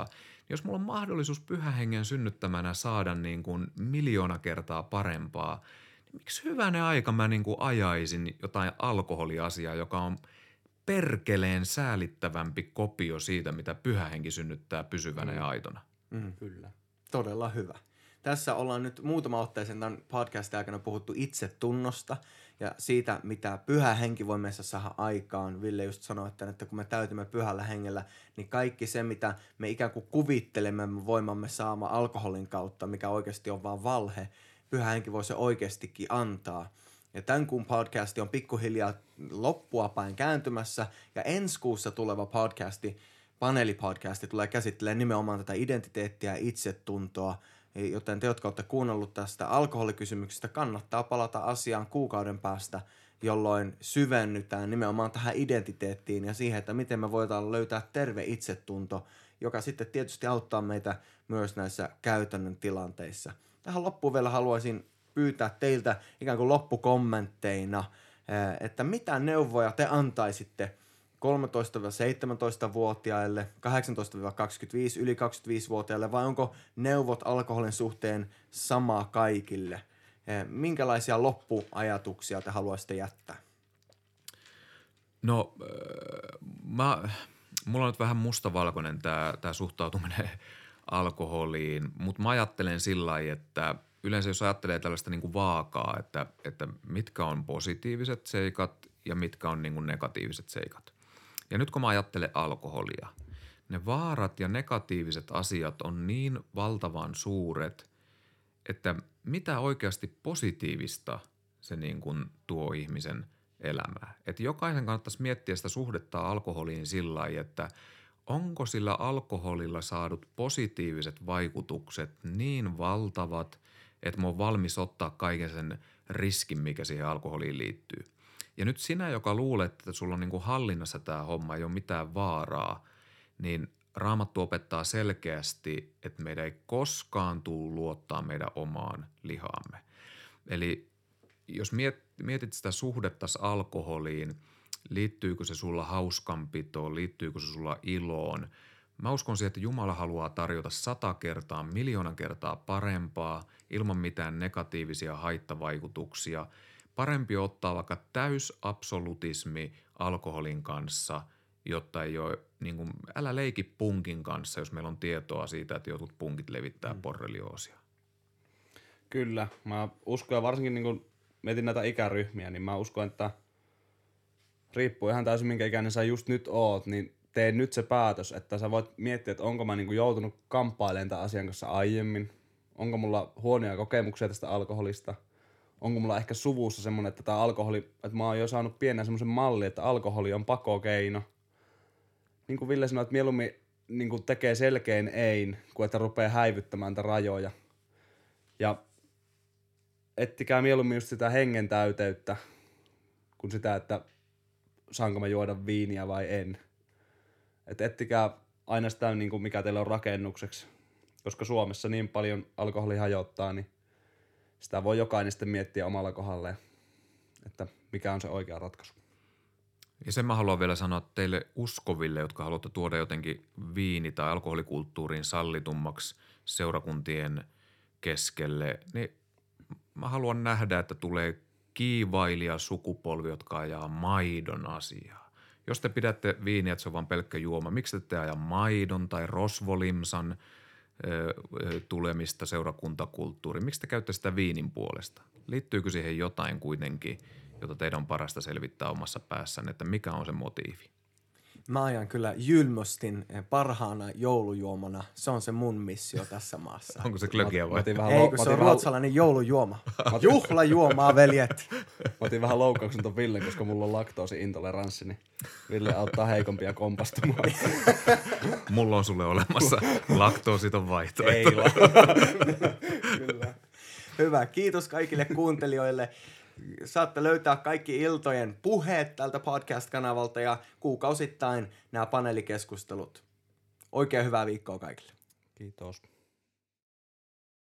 Jos mulla on mahdollisuus Pyhän Hengen synnyttämänä saada niin kuin 1,000,000 kertaa parempaa, niin miksi hyvänen aika mä niin kuin ajaisin jotain alkoholiasiaa, joka on perkeleen säälittävämpi kopio siitä, mitä Pyhä Henki synnyttää pysyvänä ja aitona. Kyllä. Todella hyvä. Tässä ollaan nyt muutama otteeseen tämän podcastin aikana puhuttu itsetunnosta ja siitä, mitä Pyhä Henki voi meissä saada aikaan. Ville just sanoi, että kun me täytymme Pyhällä Hengellä, niin kaikki se, mitä me ikään kuin kuvittelemme voimamme saama alkoholin kautta, mikä oikeasti on vaan valhe, Pyhä Henki voi se oikeastikin antaa. Ja tämän kuun podcasti on pikkuhiljaa loppua päin kääntymässä ja ensi kuussa tuleva paneelipodcasti tulee käsittelemään nimenomaan tätä identiteettiä ja itsetuntoa, joten te, jotka olette kuunnellut tästä alkoholikysymyksestä, kannattaa palata asiaan kuukauden päästä, jolloin syvennytään nimenomaan tähän identiteettiin ja siihen, että miten me voidaan löytää terve itsetunto, joka sitten tietysti auttaa meitä myös näissä käytännön tilanteissa. Tähän loppuun vielä haluaisin pyytää teiltä ikään kuin loppukommentteina, että mitä neuvoja te antaisitte 13-17-vuotiaille, 18-25, yli 25-vuotiaille, vai onko neuvot alkoholin suhteen sama kaikille? Minkälaisia loppuajatuksia te haluaisitte jättää? No, mulla on nyt vähän mustavalkoinen tämä suhtautuminen alkoholiin, mutta mä ajattelen sillä lailla, että yleensä jos ajattelee tällaista niin kuin vaakaa, että mitkä on positiiviset seikat ja mitkä on niin kuin negatiiviset seikat. Ja nyt kun mä ajattelen alkoholia, ne vaarat ja negatiiviset asiat on niin valtavan suuret, että mitä oikeasti positiivista se niin kuin tuo ihmisen elämään. Että jokaisen kannattaisi miettiä sitä suhdetta alkoholiin sillä lailla, että onko sillä alkoholilla saadut positiiviset vaikutukset niin valtavat, että mä oon valmis ottaa kaiken sen riskin, mikä siihen alkoholiin liittyy. Ja nyt sinä, joka luulet, että sulla on niin kuin hallinnassa tämä homma, ei ole mitään vaaraa, niin Raamattu opettaa selkeästi, että meidän ei koskaan tule luottaa meidän omaan lihaamme. Eli jos mietit sitä suhdetta alkoholiin, liittyykö se sulla hauskanpitoon, liittyykö se sulla iloon, mä uskon siihen, että Jumala haluaa tarjota 100 kertaa, 1,000,000 kertaa parempaa ilman mitään negatiivisia haittavaikutuksia. Parempi ottaa vaikka täysabsolutismi alkoholin kanssa, jotta ei ole, niin kuin, älä leiki punkin kanssa, jos meillä on tietoa siitä, että jotkut punkit levittää borrelioosia. Kyllä. Mä uskon, ja varsinkin niin kun mietin näitä ikäryhmiä, niin mä uskon, että riippuu ihan täysin minkä ikäinen sä just nyt oot, niin tee nyt se päätös, että sä voit miettiä, että onko mä niin kuin joutunut kamppailemaan tämän asian kanssa aiemmin, onko mulla huonoja kokemuksia tästä alkoholista, onko mulla ehkä suvussa semmonen, että tää alkoholi, että mä oon jo saanut pienen semmoisen mallin, että alkoholi on pakokeino. Niin kuin Ville sanoi, että mieluummin niin kuin tekee selkein ein, kuin että rupeaa häivyttämään tätä rajoja. Ja ettikää mieluummin just sitä hengen täyteyttä, kuin sitä, että saanko mä juoda viiniä vai en. Että ettikää aina sitä, niin kuin mikä teillä on rakennukseksi. Koska Suomessa niin paljon alkoholi hajottaa, niin sitä voi jokainen sitten miettiä omalla kohdalleen, että mikä on se oikea ratkaisu. Ja sen mä haluan vielä sanoa teille uskoville, jotka haluatte tuoda jotenkin viini- tai alkoholikulttuurin sallitummaksi seurakuntien keskelle, niin mä haluan nähdä, että tulee kiivailija sukupolvi, jotka ajaa maidon asiaa. Jos te pidätte viiniä, että se on vaan pelkkä juoma, miksi te aja maidon tai rosvolimsan tulemista seurakuntakulttuuriin? Miksi te käytte sitä viinin puolesta? Liittyykö siihen jotain kuitenkin, jota teidän on parasta selvittää omassa päässänne, että mikä on se motiivi? Mä ajan kyllä Jylmostin parhaana joulujuomana. Se on se mun missio tässä maassa. Onko se glögiä vai? Ei, kun se on ruotsalainen joulujuoma. Juhlajuomaa, veljet. Mä otin vähän loukkauksen ton Villen, koska mulla on laktoosiintoleranssi, niin Ville auttaa heikompia kompastumaan. Mulla on sulle olemassa laktoositon vaihtoehto. Kyllä. Hyvä. Kiitos kaikille kuuntelijoille. Saatte löytää kaikki iltojen puheet tältä podcast-kanavalta ja kuukausittain nämä paneelikeskustelut. Oikein hyvää viikkoa kaikille. Kiitos.